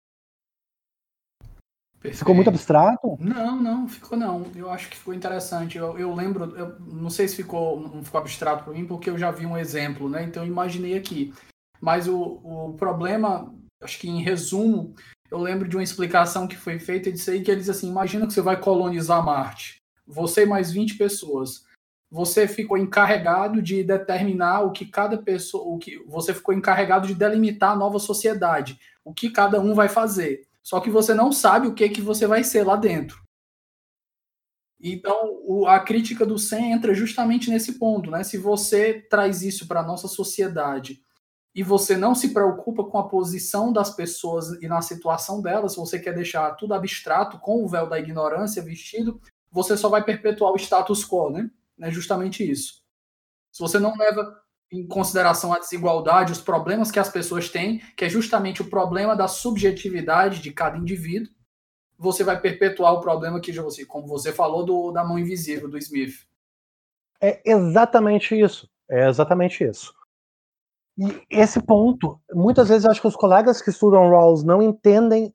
Perfeito. Ficou muito abstrato? Não, não, ficou não. Eu acho que ficou interessante. Eu, eu lembro, eu não sei se ficou, não ficou abstrato para mim, porque eu já vi um exemplo, né? Então eu imaginei aqui. Mas o, o problema, acho que em resumo, eu lembro de uma explicação que foi feita disso aí, que ele diz assim, imagina que você vai colonizar Marte. Você e mais vinte pessoas. Você ficou encarregado de determinar o que cada pessoa, o que você ficou encarregado de delimitar a nova sociedade, o que cada um vai fazer. Só que você não sabe o que, que você vai ser lá dentro. Então, o, a crítica do Sen entra justamente nesse ponto, né? Se você traz isso para a nossa sociedade e você não se preocupa com a posição das pessoas e na situação delas, você quer deixar tudo abstrato, com o véu da ignorância vestido, você só vai perpetuar o status quo, né? É justamente isso. Se você não leva em consideração a desigualdade, os problemas que as pessoas têm, que é justamente o problema da subjetividade de cada indivíduo, você vai perpetuar o problema que, como você falou, do, da mão invisível do Smith. É exatamente isso. É exatamente isso. E esse ponto, muitas vezes eu acho que os colegas que estudam Rawls não entendem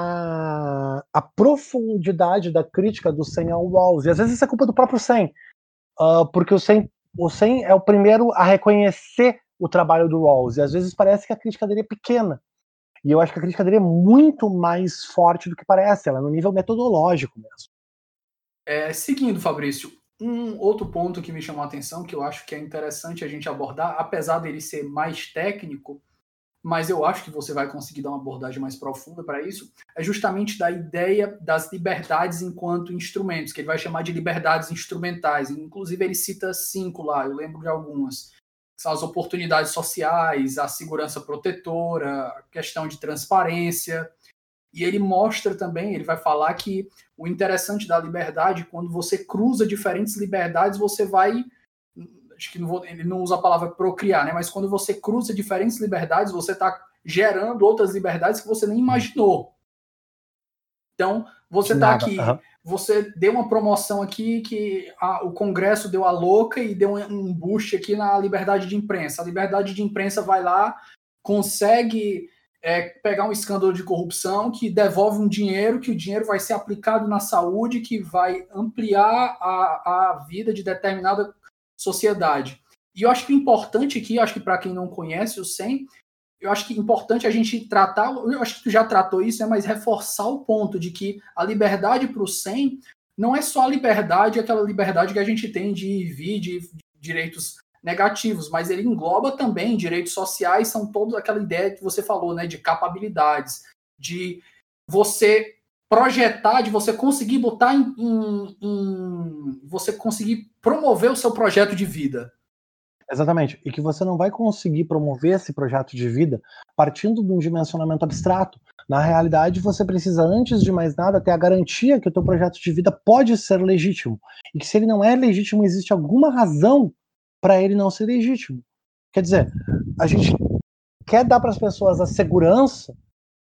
a, a profundidade da crítica do Sen ao Rawls. E às vezes isso é culpa do próprio Sen, uh, porque o Sen O Sen é o primeiro a reconhecer o trabalho do Rawls, e às vezes parece que a crítica dele é pequena. E eu acho que a crítica dele é muito mais forte do que parece, ela é no nível metodológico mesmo. É, seguindo, Fabrício, um outro ponto que me chamou a atenção, que eu acho que é interessante a gente abordar, apesar dele ser mais técnico, mas eu acho que você vai conseguir dar uma abordagem mais profunda para isso, é justamente da ideia das liberdades enquanto instrumentos, que ele vai chamar de liberdades instrumentais. Inclusive, ele cita cinco lá, eu lembro de algumas. São as oportunidades sociais, a segurança protetora, a questão de transparência. E ele mostra também, ele vai falar que o interessante da liberdade, quando você cruza diferentes liberdades, você vai... acho que não vou, ele não usa a palavra procriar, né? Mas quando você cruza diferentes liberdades, você está gerando outras liberdades que você nem imaginou. Então, você está aqui, uhum. Você deu uma promoção aqui que a, o Congresso deu a louca e deu um, um boost aqui na liberdade de imprensa. A liberdade de imprensa vai lá, consegue é, pegar um escândalo de corrupção que devolve um dinheiro, que o dinheiro vai ser aplicado na saúde, que vai ampliar a, a vida de determinada sociedade. E eu acho que o importante aqui, eu acho que para quem não conhece o Sen, eu acho que é importante a gente tratar, eu acho que tu já tratou isso, né, mas reforçar o ponto de que a liberdade para o Sen não é só a liberdade, aquela liberdade que a gente tem de ir e vir, de, de direitos negativos, mas ele engloba também direitos sociais, são toda aquela ideia que você falou, né, de capabilidades. de você projetar, de você conseguir botar em, em, em você conseguir promover o seu projeto de vida. Exatamente, e que você não vai conseguir promover esse projeto de vida partindo de um dimensionamento abstrato. Na realidade, você precisa, antes de mais nada, ter a garantia que o teu projeto de vida pode ser legítimo, e que se ele não é legítimo, existe alguma razão para ele não ser legítimo. Quer dizer, a gente quer dar para as pessoas a segurança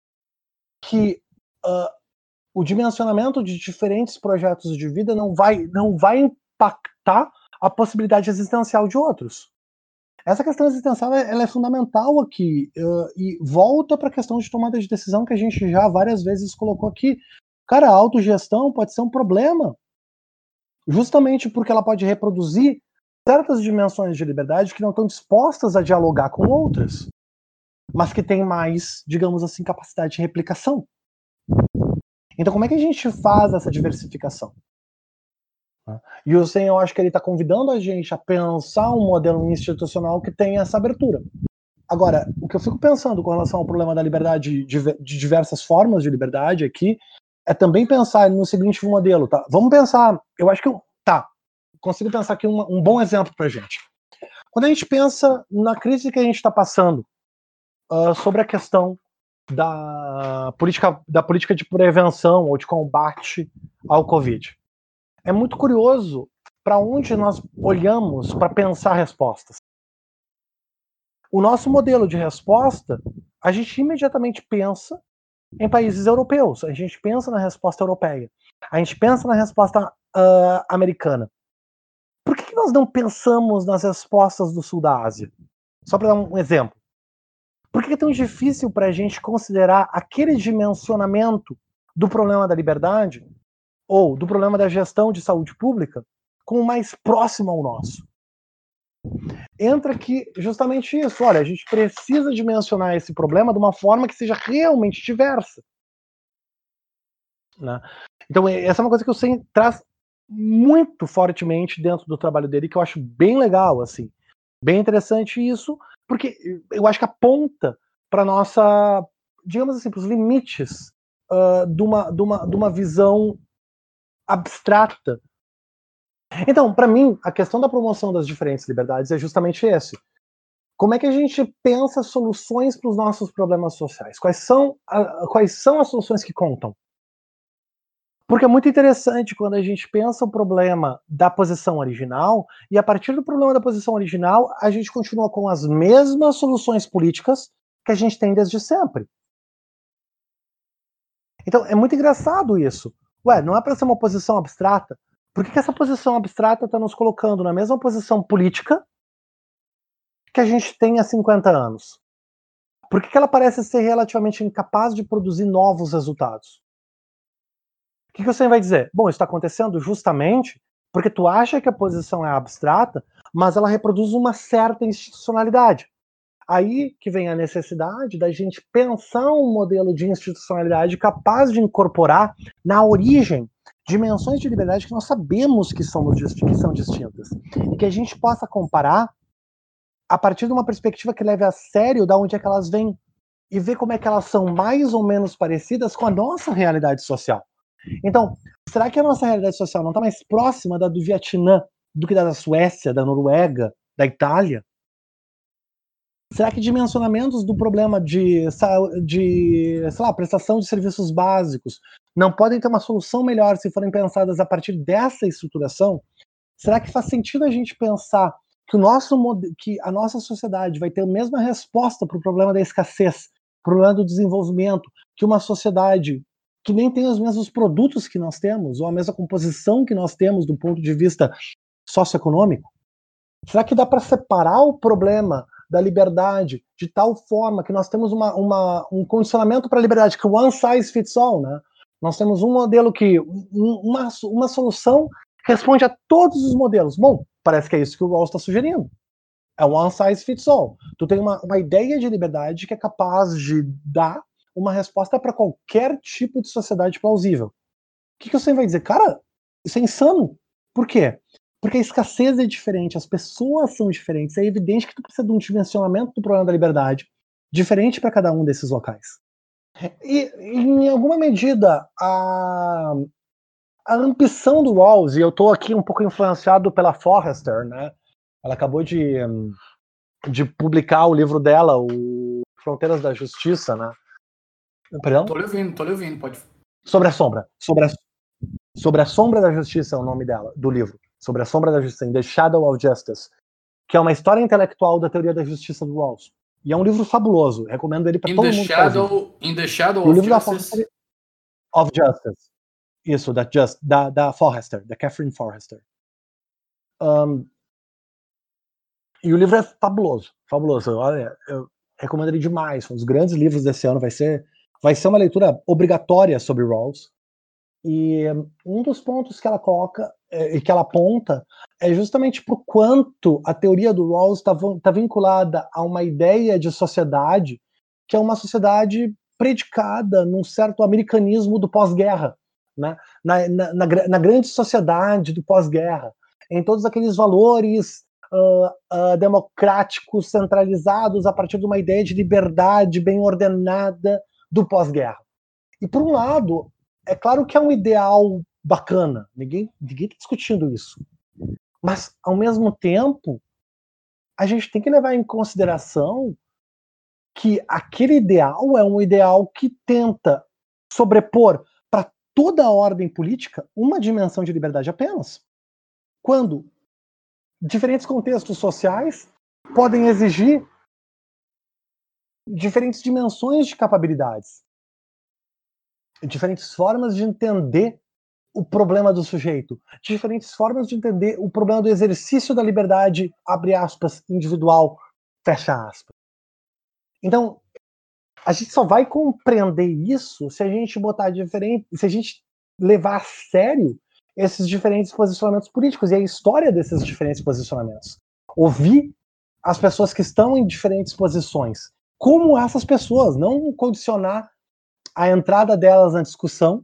que uh, o dimensionamento de diferentes projetos de vida não vai, não vai impactar a possibilidade existencial de outros. Essa questão existencial ela é fundamental aqui, uh, e volta para a questão de tomada de decisão que a gente já várias vezes colocou aqui. Cara, a autogestão pode ser um problema, justamente porque ela pode reproduzir certas dimensões de liberdade que não estão dispostas a dialogar com outras, mas que têm mais, digamos assim, capacidade de replicação. Então, como é que a gente faz essa diversificação? E o Sen, eu acho que ele está convidando a gente a pensar um modelo institucional que tenha essa abertura. Agora, o que eu fico pensando com relação ao problema da liberdade, de diversas formas de liberdade aqui, é também pensar no seguinte modelo, tá? Vamos pensar, eu acho que, tá, consigo pensar aqui um, um bom exemplo pra gente. Quando a gente pensa na crise que a gente está passando, uh, sobre a questão da política, da política de prevenção ou de combate ao Covid. É muito curioso para onde nós olhamos para pensar respostas. O nosso modelo de resposta, a gente imediatamente pensa em países europeus, a gente pensa na resposta europeia, a gente pensa na resposta uh, americana. Por que, que nós não pensamos nas respostas do sul da Ásia? Só para dar um exemplo. Por que é tão difícil para a gente considerar aquele dimensionamento do problema da liberdade ou do problema da gestão de saúde pública como mais próximo ao nosso? Entra aqui justamente isso. Olha, a gente precisa dimensionar esse problema de uma forma que seja realmente diversa. Né? Então, essa é uma coisa que o Sen traz muito fortemente dentro do trabalho dele, que eu acho bem legal, assim. Bem interessante isso, porque eu acho que aponta para nossa, digamos assim, para os limites uh, de, uma, de, uma, de uma visão abstrata. Então, para mim, a questão da promoção das diferentes liberdades é justamente esse. Como é que a gente pensa soluções para os nossos problemas sociais? Quais são, a, quais são as soluções que contam? Porque é muito interessante quando a gente pensa o problema da posição original, e a partir do problema da posição original, a gente continua com as mesmas soluções políticas que a gente tem desde sempre. Então, é muito engraçado isso. Ué, não é para ser uma posição abstrata? Por que, que essa posição abstrata está nos colocando na mesma posição política que a gente tem há cinquenta anos? Por que, que ela parece ser relativamente incapaz de produzir novos resultados? O que, que você vai dizer? Bom, isso está acontecendo justamente porque tu acha que a posição é abstrata, mas ela reproduz uma certa institucionalidade. Aí que vem a necessidade da gente pensar um modelo de institucionalidade capaz de incorporar na origem dimensões de liberdade que nós sabemos que, somos, que são distintas. E que a gente possa comparar a partir de uma perspectiva que leve a sério de onde é que elas vêm e ver como é que elas são mais ou menos parecidas com a nossa realidade social. Então, será que a nossa realidade social não está mais próxima da do Vietnã do que da da Suécia, da Noruega, da Itália? Será que dimensionamentos do problema de, de sei lá, prestação de serviços básicos não podem ter uma solução melhor se forem pensadas a partir dessa estruturação? Será que faz sentido a gente pensar que, o nosso, que a nossa sociedade vai ter a mesma resposta para o problema da escassez, para o problema do desenvolvimento, que uma sociedade que nem tem os mesmos produtos que nós temos, ou a mesma composição que nós temos do ponto de vista socioeconômico? Será que dá para separar o problema da liberdade de tal forma que nós temos uma, uma, um condicionamento para a liberdade, que one size fits all, né? Nós temos um modelo que, um, uma, uma solução responde a todos os modelos. Bom, parece que é isso que o Rawls está sugerindo. É one size fits all. Tu tem uma, uma ideia de liberdade que é capaz de dar uma resposta para qualquer tipo de sociedade plausível. O que, que você vai dizer? Cara, isso é insano. Por quê? Porque a escassez é diferente, as pessoas são diferentes. É evidente que tu precisa de um dimensionamento do problema da liberdade diferente para cada um desses locais. E, em alguma medida, a, a ambição do Rawls, e eu estou aqui um pouco influenciado pela Forrester, né? Ela acabou de, de publicar o livro dela, o Fronteiras da Justiça, né? Perdão? Tô lhe ouvindo, tô lhe ouvindo, pode. Sobre a sombra. Sobre a, sobre a sombra da justiça é o nome dela, do livro. Sobre a sombra da justiça, In the Shadow of Justice, que é uma história intelectual da teoria da justiça do Rawls. E é um livro fabuloso, recomendo ele para todo mundo. Shadow, in the Shadow o of livro Justice. Da of Justice. Isso, da, Just, da, da Forrester, da Catherine Forrester. Um, e o livro é fabuloso, fabuloso. Olha, eu recomendo ele demais. Um dos grandes livros desse ano vai ser, vai ser uma leitura obrigatória sobre Rawls. E um dos pontos que ela coloca e que ela aponta é justamente por quanto a teoria do Rawls está tá vinculada a uma ideia de sociedade que é uma sociedade predicada num certo americanismo do pós-guerra, né? na, na, na, na grande sociedade do pós-guerra, em todos aqueles valores uh, uh, democráticos centralizados a partir de uma ideia de liberdade bem ordenada do pós-guerra. E por um lado, é claro que é um ideal bacana, ninguém ninguém está discutindo isso. Mas, ao mesmo tempo, a gente tem que levar em consideração que aquele ideal é um ideal que tenta sobrepor para toda a ordem política uma dimensão de liberdade apenas. Quando diferentes contextos sociais podem exigir diferentes dimensões de capacidades, diferentes formas de entender o problema do sujeito, diferentes formas de entender o problema do exercício da liberdade, abre aspas, individual, fecha aspas. Então, a gente só vai compreender isso se a gente botar diferente, se a gente levar a sério esses diferentes posicionamentos políticos e a história desses diferentes posicionamentos. Ouvir as pessoas que estão em diferentes posições, como essas pessoas, não condicionar a entrada delas na discussão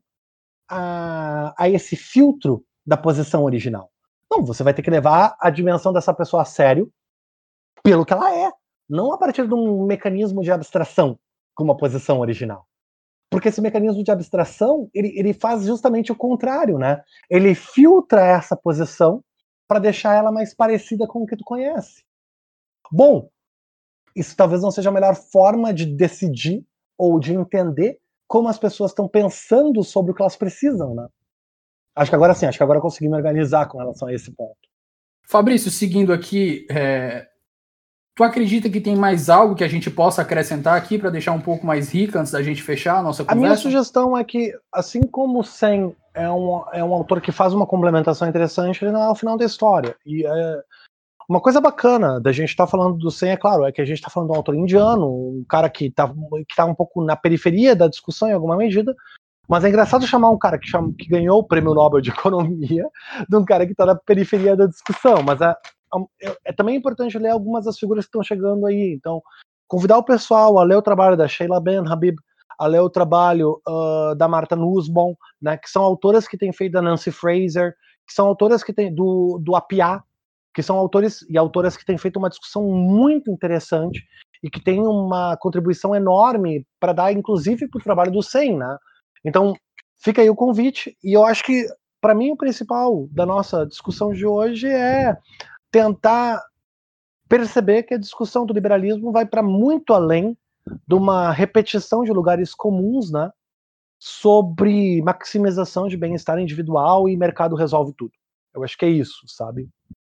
a, a esse filtro da posição original. Não, você vai ter que levar a dimensão dessa pessoa a sério pelo que ela é, não a partir de um mecanismo de abstração como a posição original. Porque esse mecanismo de abstração, ele, ele faz justamente o contrário, né? Ele filtra essa posição para deixar ela mais parecida com o que tu conhece. Bom, isso talvez não seja a melhor forma de decidir ou de entender como as pessoas estão pensando sobre o que elas precisam, né? Acho que agora sim, acho que agora eu consegui me organizar com relação a esse ponto. Fabrício, seguindo aqui, é... tu acredita que tem mais algo que a gente possa acrescentar aqui para deixar um pouco mais rica antes da gente fechar a nossa conversa? A minha sugestão é que, assim como o Sen é um, é um autor que faz uma complementação interessante, ele não é o final da história. E é... uma coisa bacana da gente estar tá falando do Sen, é claro, é que a gente está falando de um autor indiano, um cara que está que tá um pouco na periferia da discussão em alguma medida, mas é engraçado chamar um cara que, chama, que ganhou o Prêmio Nobel de Economia de um cara que está na periferia da discussão, mas é, é, é também importante ler algumas das figuras que estão chegando aí, então convidar o pessoal a ler o trabalho da Sheila Ben-Habib, a ler o trabalho uh, da Martha Nussbaum, né, que são autoras que têm feito da Nancy Fraser, que são autoras que têm do, do Appiah, que são autores e autoras que têm feito uma discussão muito interessante e que têm uma contribuição enorme para dar, inclusive, para o trabalho do Sen, né? Então, fica aí o convite, e eu acho que, para mim, o principal da nossa discussão de hoje é tentar perceber que a discussão do liberalismo vai para muito além de uma repetição de lugares comuns, né, sobre maximização de bem-estar individual e mercado resolve tudo. Eu acho que é isso, sabe?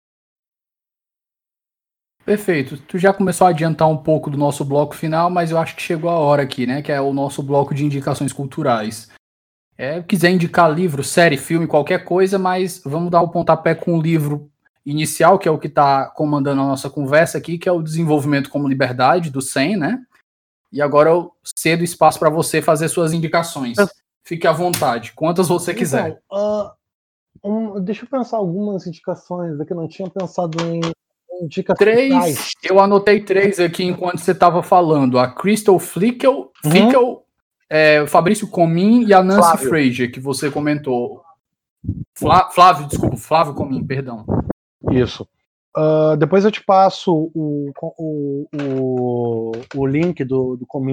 Perfeito. Tu já começou a adiantar um pouco do nosso bloco final, mas eu acho que chegou a hora aqui, né? Que é o nosso bloco de indicações culturais. É, quiser indicar livro, série, filme, qualquer coisa, mas vamos dar o pontapé com o livro inicial, que é o que está comandando a nossa conversa aqui, que é o Desenvolvimento como Liberdade, do Sen, né? E agora eu cedo espaço para você fazer suas indicações. Fique à vontade, quantas você quiser. Então, uh, um, deixa eu pensar algumas indicações, é que eu não tinha pensado em indicações. Três, eu anotei três aqui enquanto você estava falando. A Crystal Fickel, uhum. Fickel, é, o Fabrício Comim e a Nancy Flávio. Fraser, que você comentou. Flá, Flávio, desculpa, Flávio Comim, perdão. Isso. Uh, depois eu te passo o, o, o, o link do, do Comim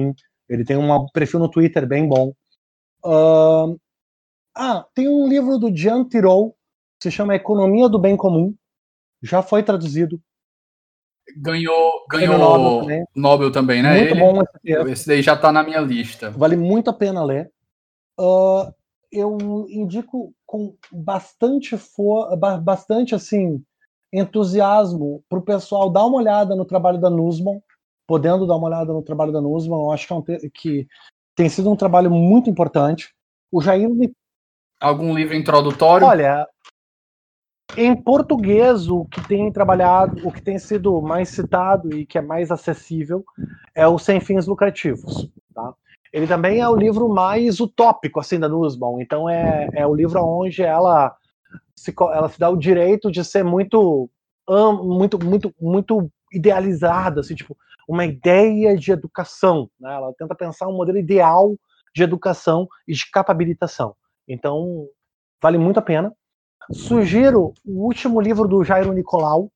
Ele tem um perfil no Twitter bem bom. Uh, ah, tem um livro do Jean Tirole, que se chama Economia do Bem Comum. Já foi traduzido. Ganhou, ganhou Nobel também. Nobel também, né? Muito Ele, bom esse texto. Esse daí já tá na minha lista. Vale muito a pena ler. Uh, eu indico com bastante, for, bastante assim, entusiasmo para o pessoal dar uma olhada no trabalho da Nussbaum, podendo dar uma olhada no trabalho da Nussbaum. Eu acho que, é um te- que tem sido um trabalho muito importante. O Jair... Algum livro introdutório? Olha, em português, o que tem trabalhado, o que tem sido mais citado e que é mais acessível é o Sem Fins Lucrativos, tá? Ele também é o livro mais utópico, assim, da Nussbaum. Então é, é o livro onde ela se, ela se dá o direito de ser muito, muito, muito, muito idealizada, assim, tipo, uma ideia de educação, né? Ela tenta pensar um modelo ideal de educação e de capabilitação. Então, vale muito a pena. Sugiro o último livro do Jairo Nicolau.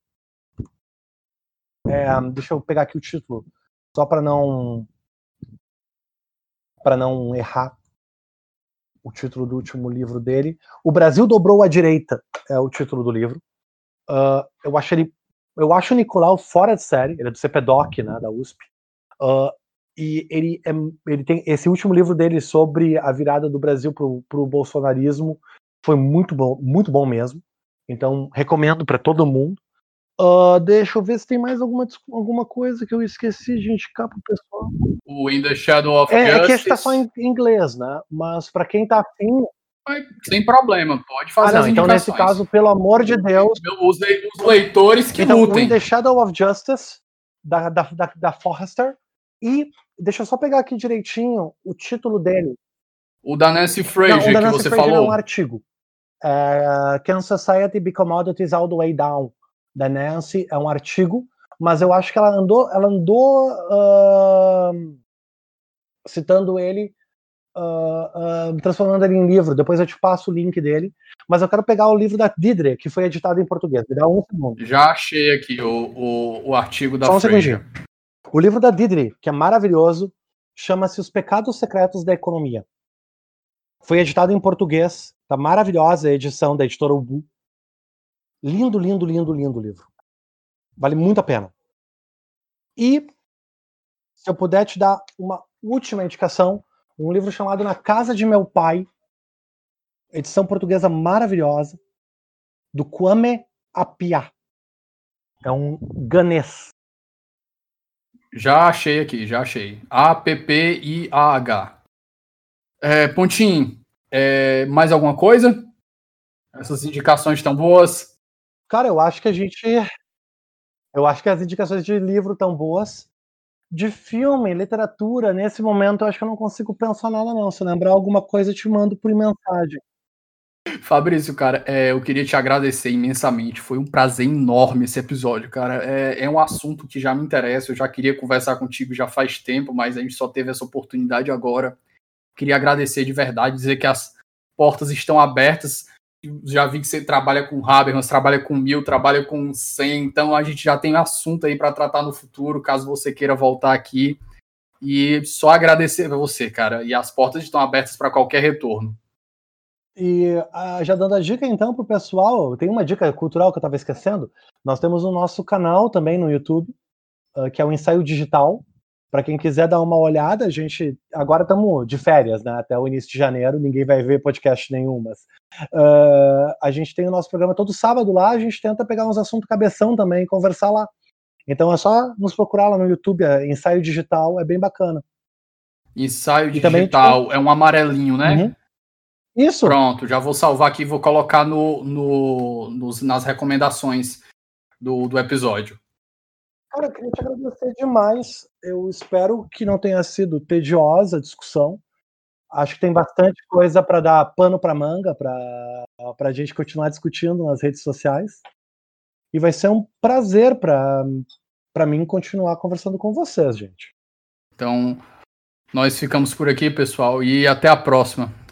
É, deixa eu pegar aqui o título, só para não para não errar o título do último livro dele. O Brasil Dobrou à Direita é o título do livro. Uh, eu acho ele, eu acho o Nicolau fora de série. Ele é do CPDOC, né, da U S P. Uh, e ele, é, ele tem esse último livro dele sobre a virada do Brasil para o bolsonarismo. Foi muito bom, muito bom mesmo. Então recomendo para todo mundo. Uh, deixa eu ver se tem mais alguma, alguma coisa que eu esqueci de indicar pro pessoal. O In the Shadow of É, Justice. é que esse tá só em inglês, né? Mas para quem tá afim... Sem problema, pode fazer ah, não, as então indicações. nesse caso, pelo amor de Deus... Os, os leitores que então, lutem. In the Shadow of Justice, da, da, da, da Forrester. E deixa eu só pegar aqui direitinho o título dele. O da Nancy Fraser, não, o da Nancy que você Fraser falou. É um artigo. É, Can Society Be Commodities All the Way Down? Da Nancy, é um artigo, mas eu acho que ela andou, ela andou uh, citando ele, uh, uh, transformando ele em livro. Depois eu te passo o link dele. Mas eu quero pegar o livro da Didre, que foi editado em português. Me dá um segundo. Já achei aqui o, o, o artigo da Só um Fraser. segundinho. O livro da Didre, que é maravilhoso, chama-se Os Pecados Secretos da Economia. Foi editado em português. Tá maravilhosa a edição da editora Ubu. Lindo, lindo, lindo, lindo livro. Vale muito a pena. E, se eu puder te dar uma última indicação, um livro chamado Na Casa de Meu Pai, edição portuguesa maravilhosa, do Kwame Appiah. É um ganês. Já achei aqui, já achei. A P P I A H. É, Pontinho, é, mais alguma coisa? Essas indicações estão boas? Cara, eu acho que a gente... Eu acho que as indicações de livro estão boas. De filme, literatura, nesse momento eu acho que eu não consigo pensar nada não. Se lembrar alguma coisa, eu te mando por mensagem. Fabrício, cara, é, eu queria te agradecer imensamente. Foi um prazer enorme esse episódio, cara. É, é um assunto que já me interessa. Eu já queria conversar contigo já faz tempo, mas a gente só teve essa oportunidade agora. Queria agradecer de verdade, dizer que as portas estão abertas. Já vi que você trabalha com Habermas, trabalha com Mil, trabalha com cem, então a gente já tem assunto aí para tratar no futuro, caso você queira voltar aqui. E só agradecer a você, cara. E as portas estão abertas para qualquer retorno. E uh, já dando a dica então pro pessoal, tem uma dica cultural que eu estava esquecendo. Nós temos o nosso canal também no YouTube, uh, que é o Ensaio Digital. Para quem quiser dar uma olhada, a gente agora estamos de férias, né? Até o início de janeiro, ninguém vai ver podcast nenhum, mas uh, a gente tem o nosso programa todo sábado lá, a gente tenta pegar uns assuntos cabeção também, conversar lá. Então é só nos procurar lá no YouTube, é Ensaio Digital, é bem bacana. Ensaio Digital, também, é um amarelinho, né? Uhum. Isso. Pronto, já vou salvar aqui e vou colocar no, no, nos, nas recomendações do, do episódio. Cara, eu queria te agradecer demais. Eu espero que não tenha sido tediosa a discussão. Acho que tem bastante coisa para dar pano para manga, para a gente continuar discutindo nas redes sociais. E vai ser um prazer para mim continuar conversando com vocês, gente. Então, nós ficamos por aqui, pessoal, e até a próxima.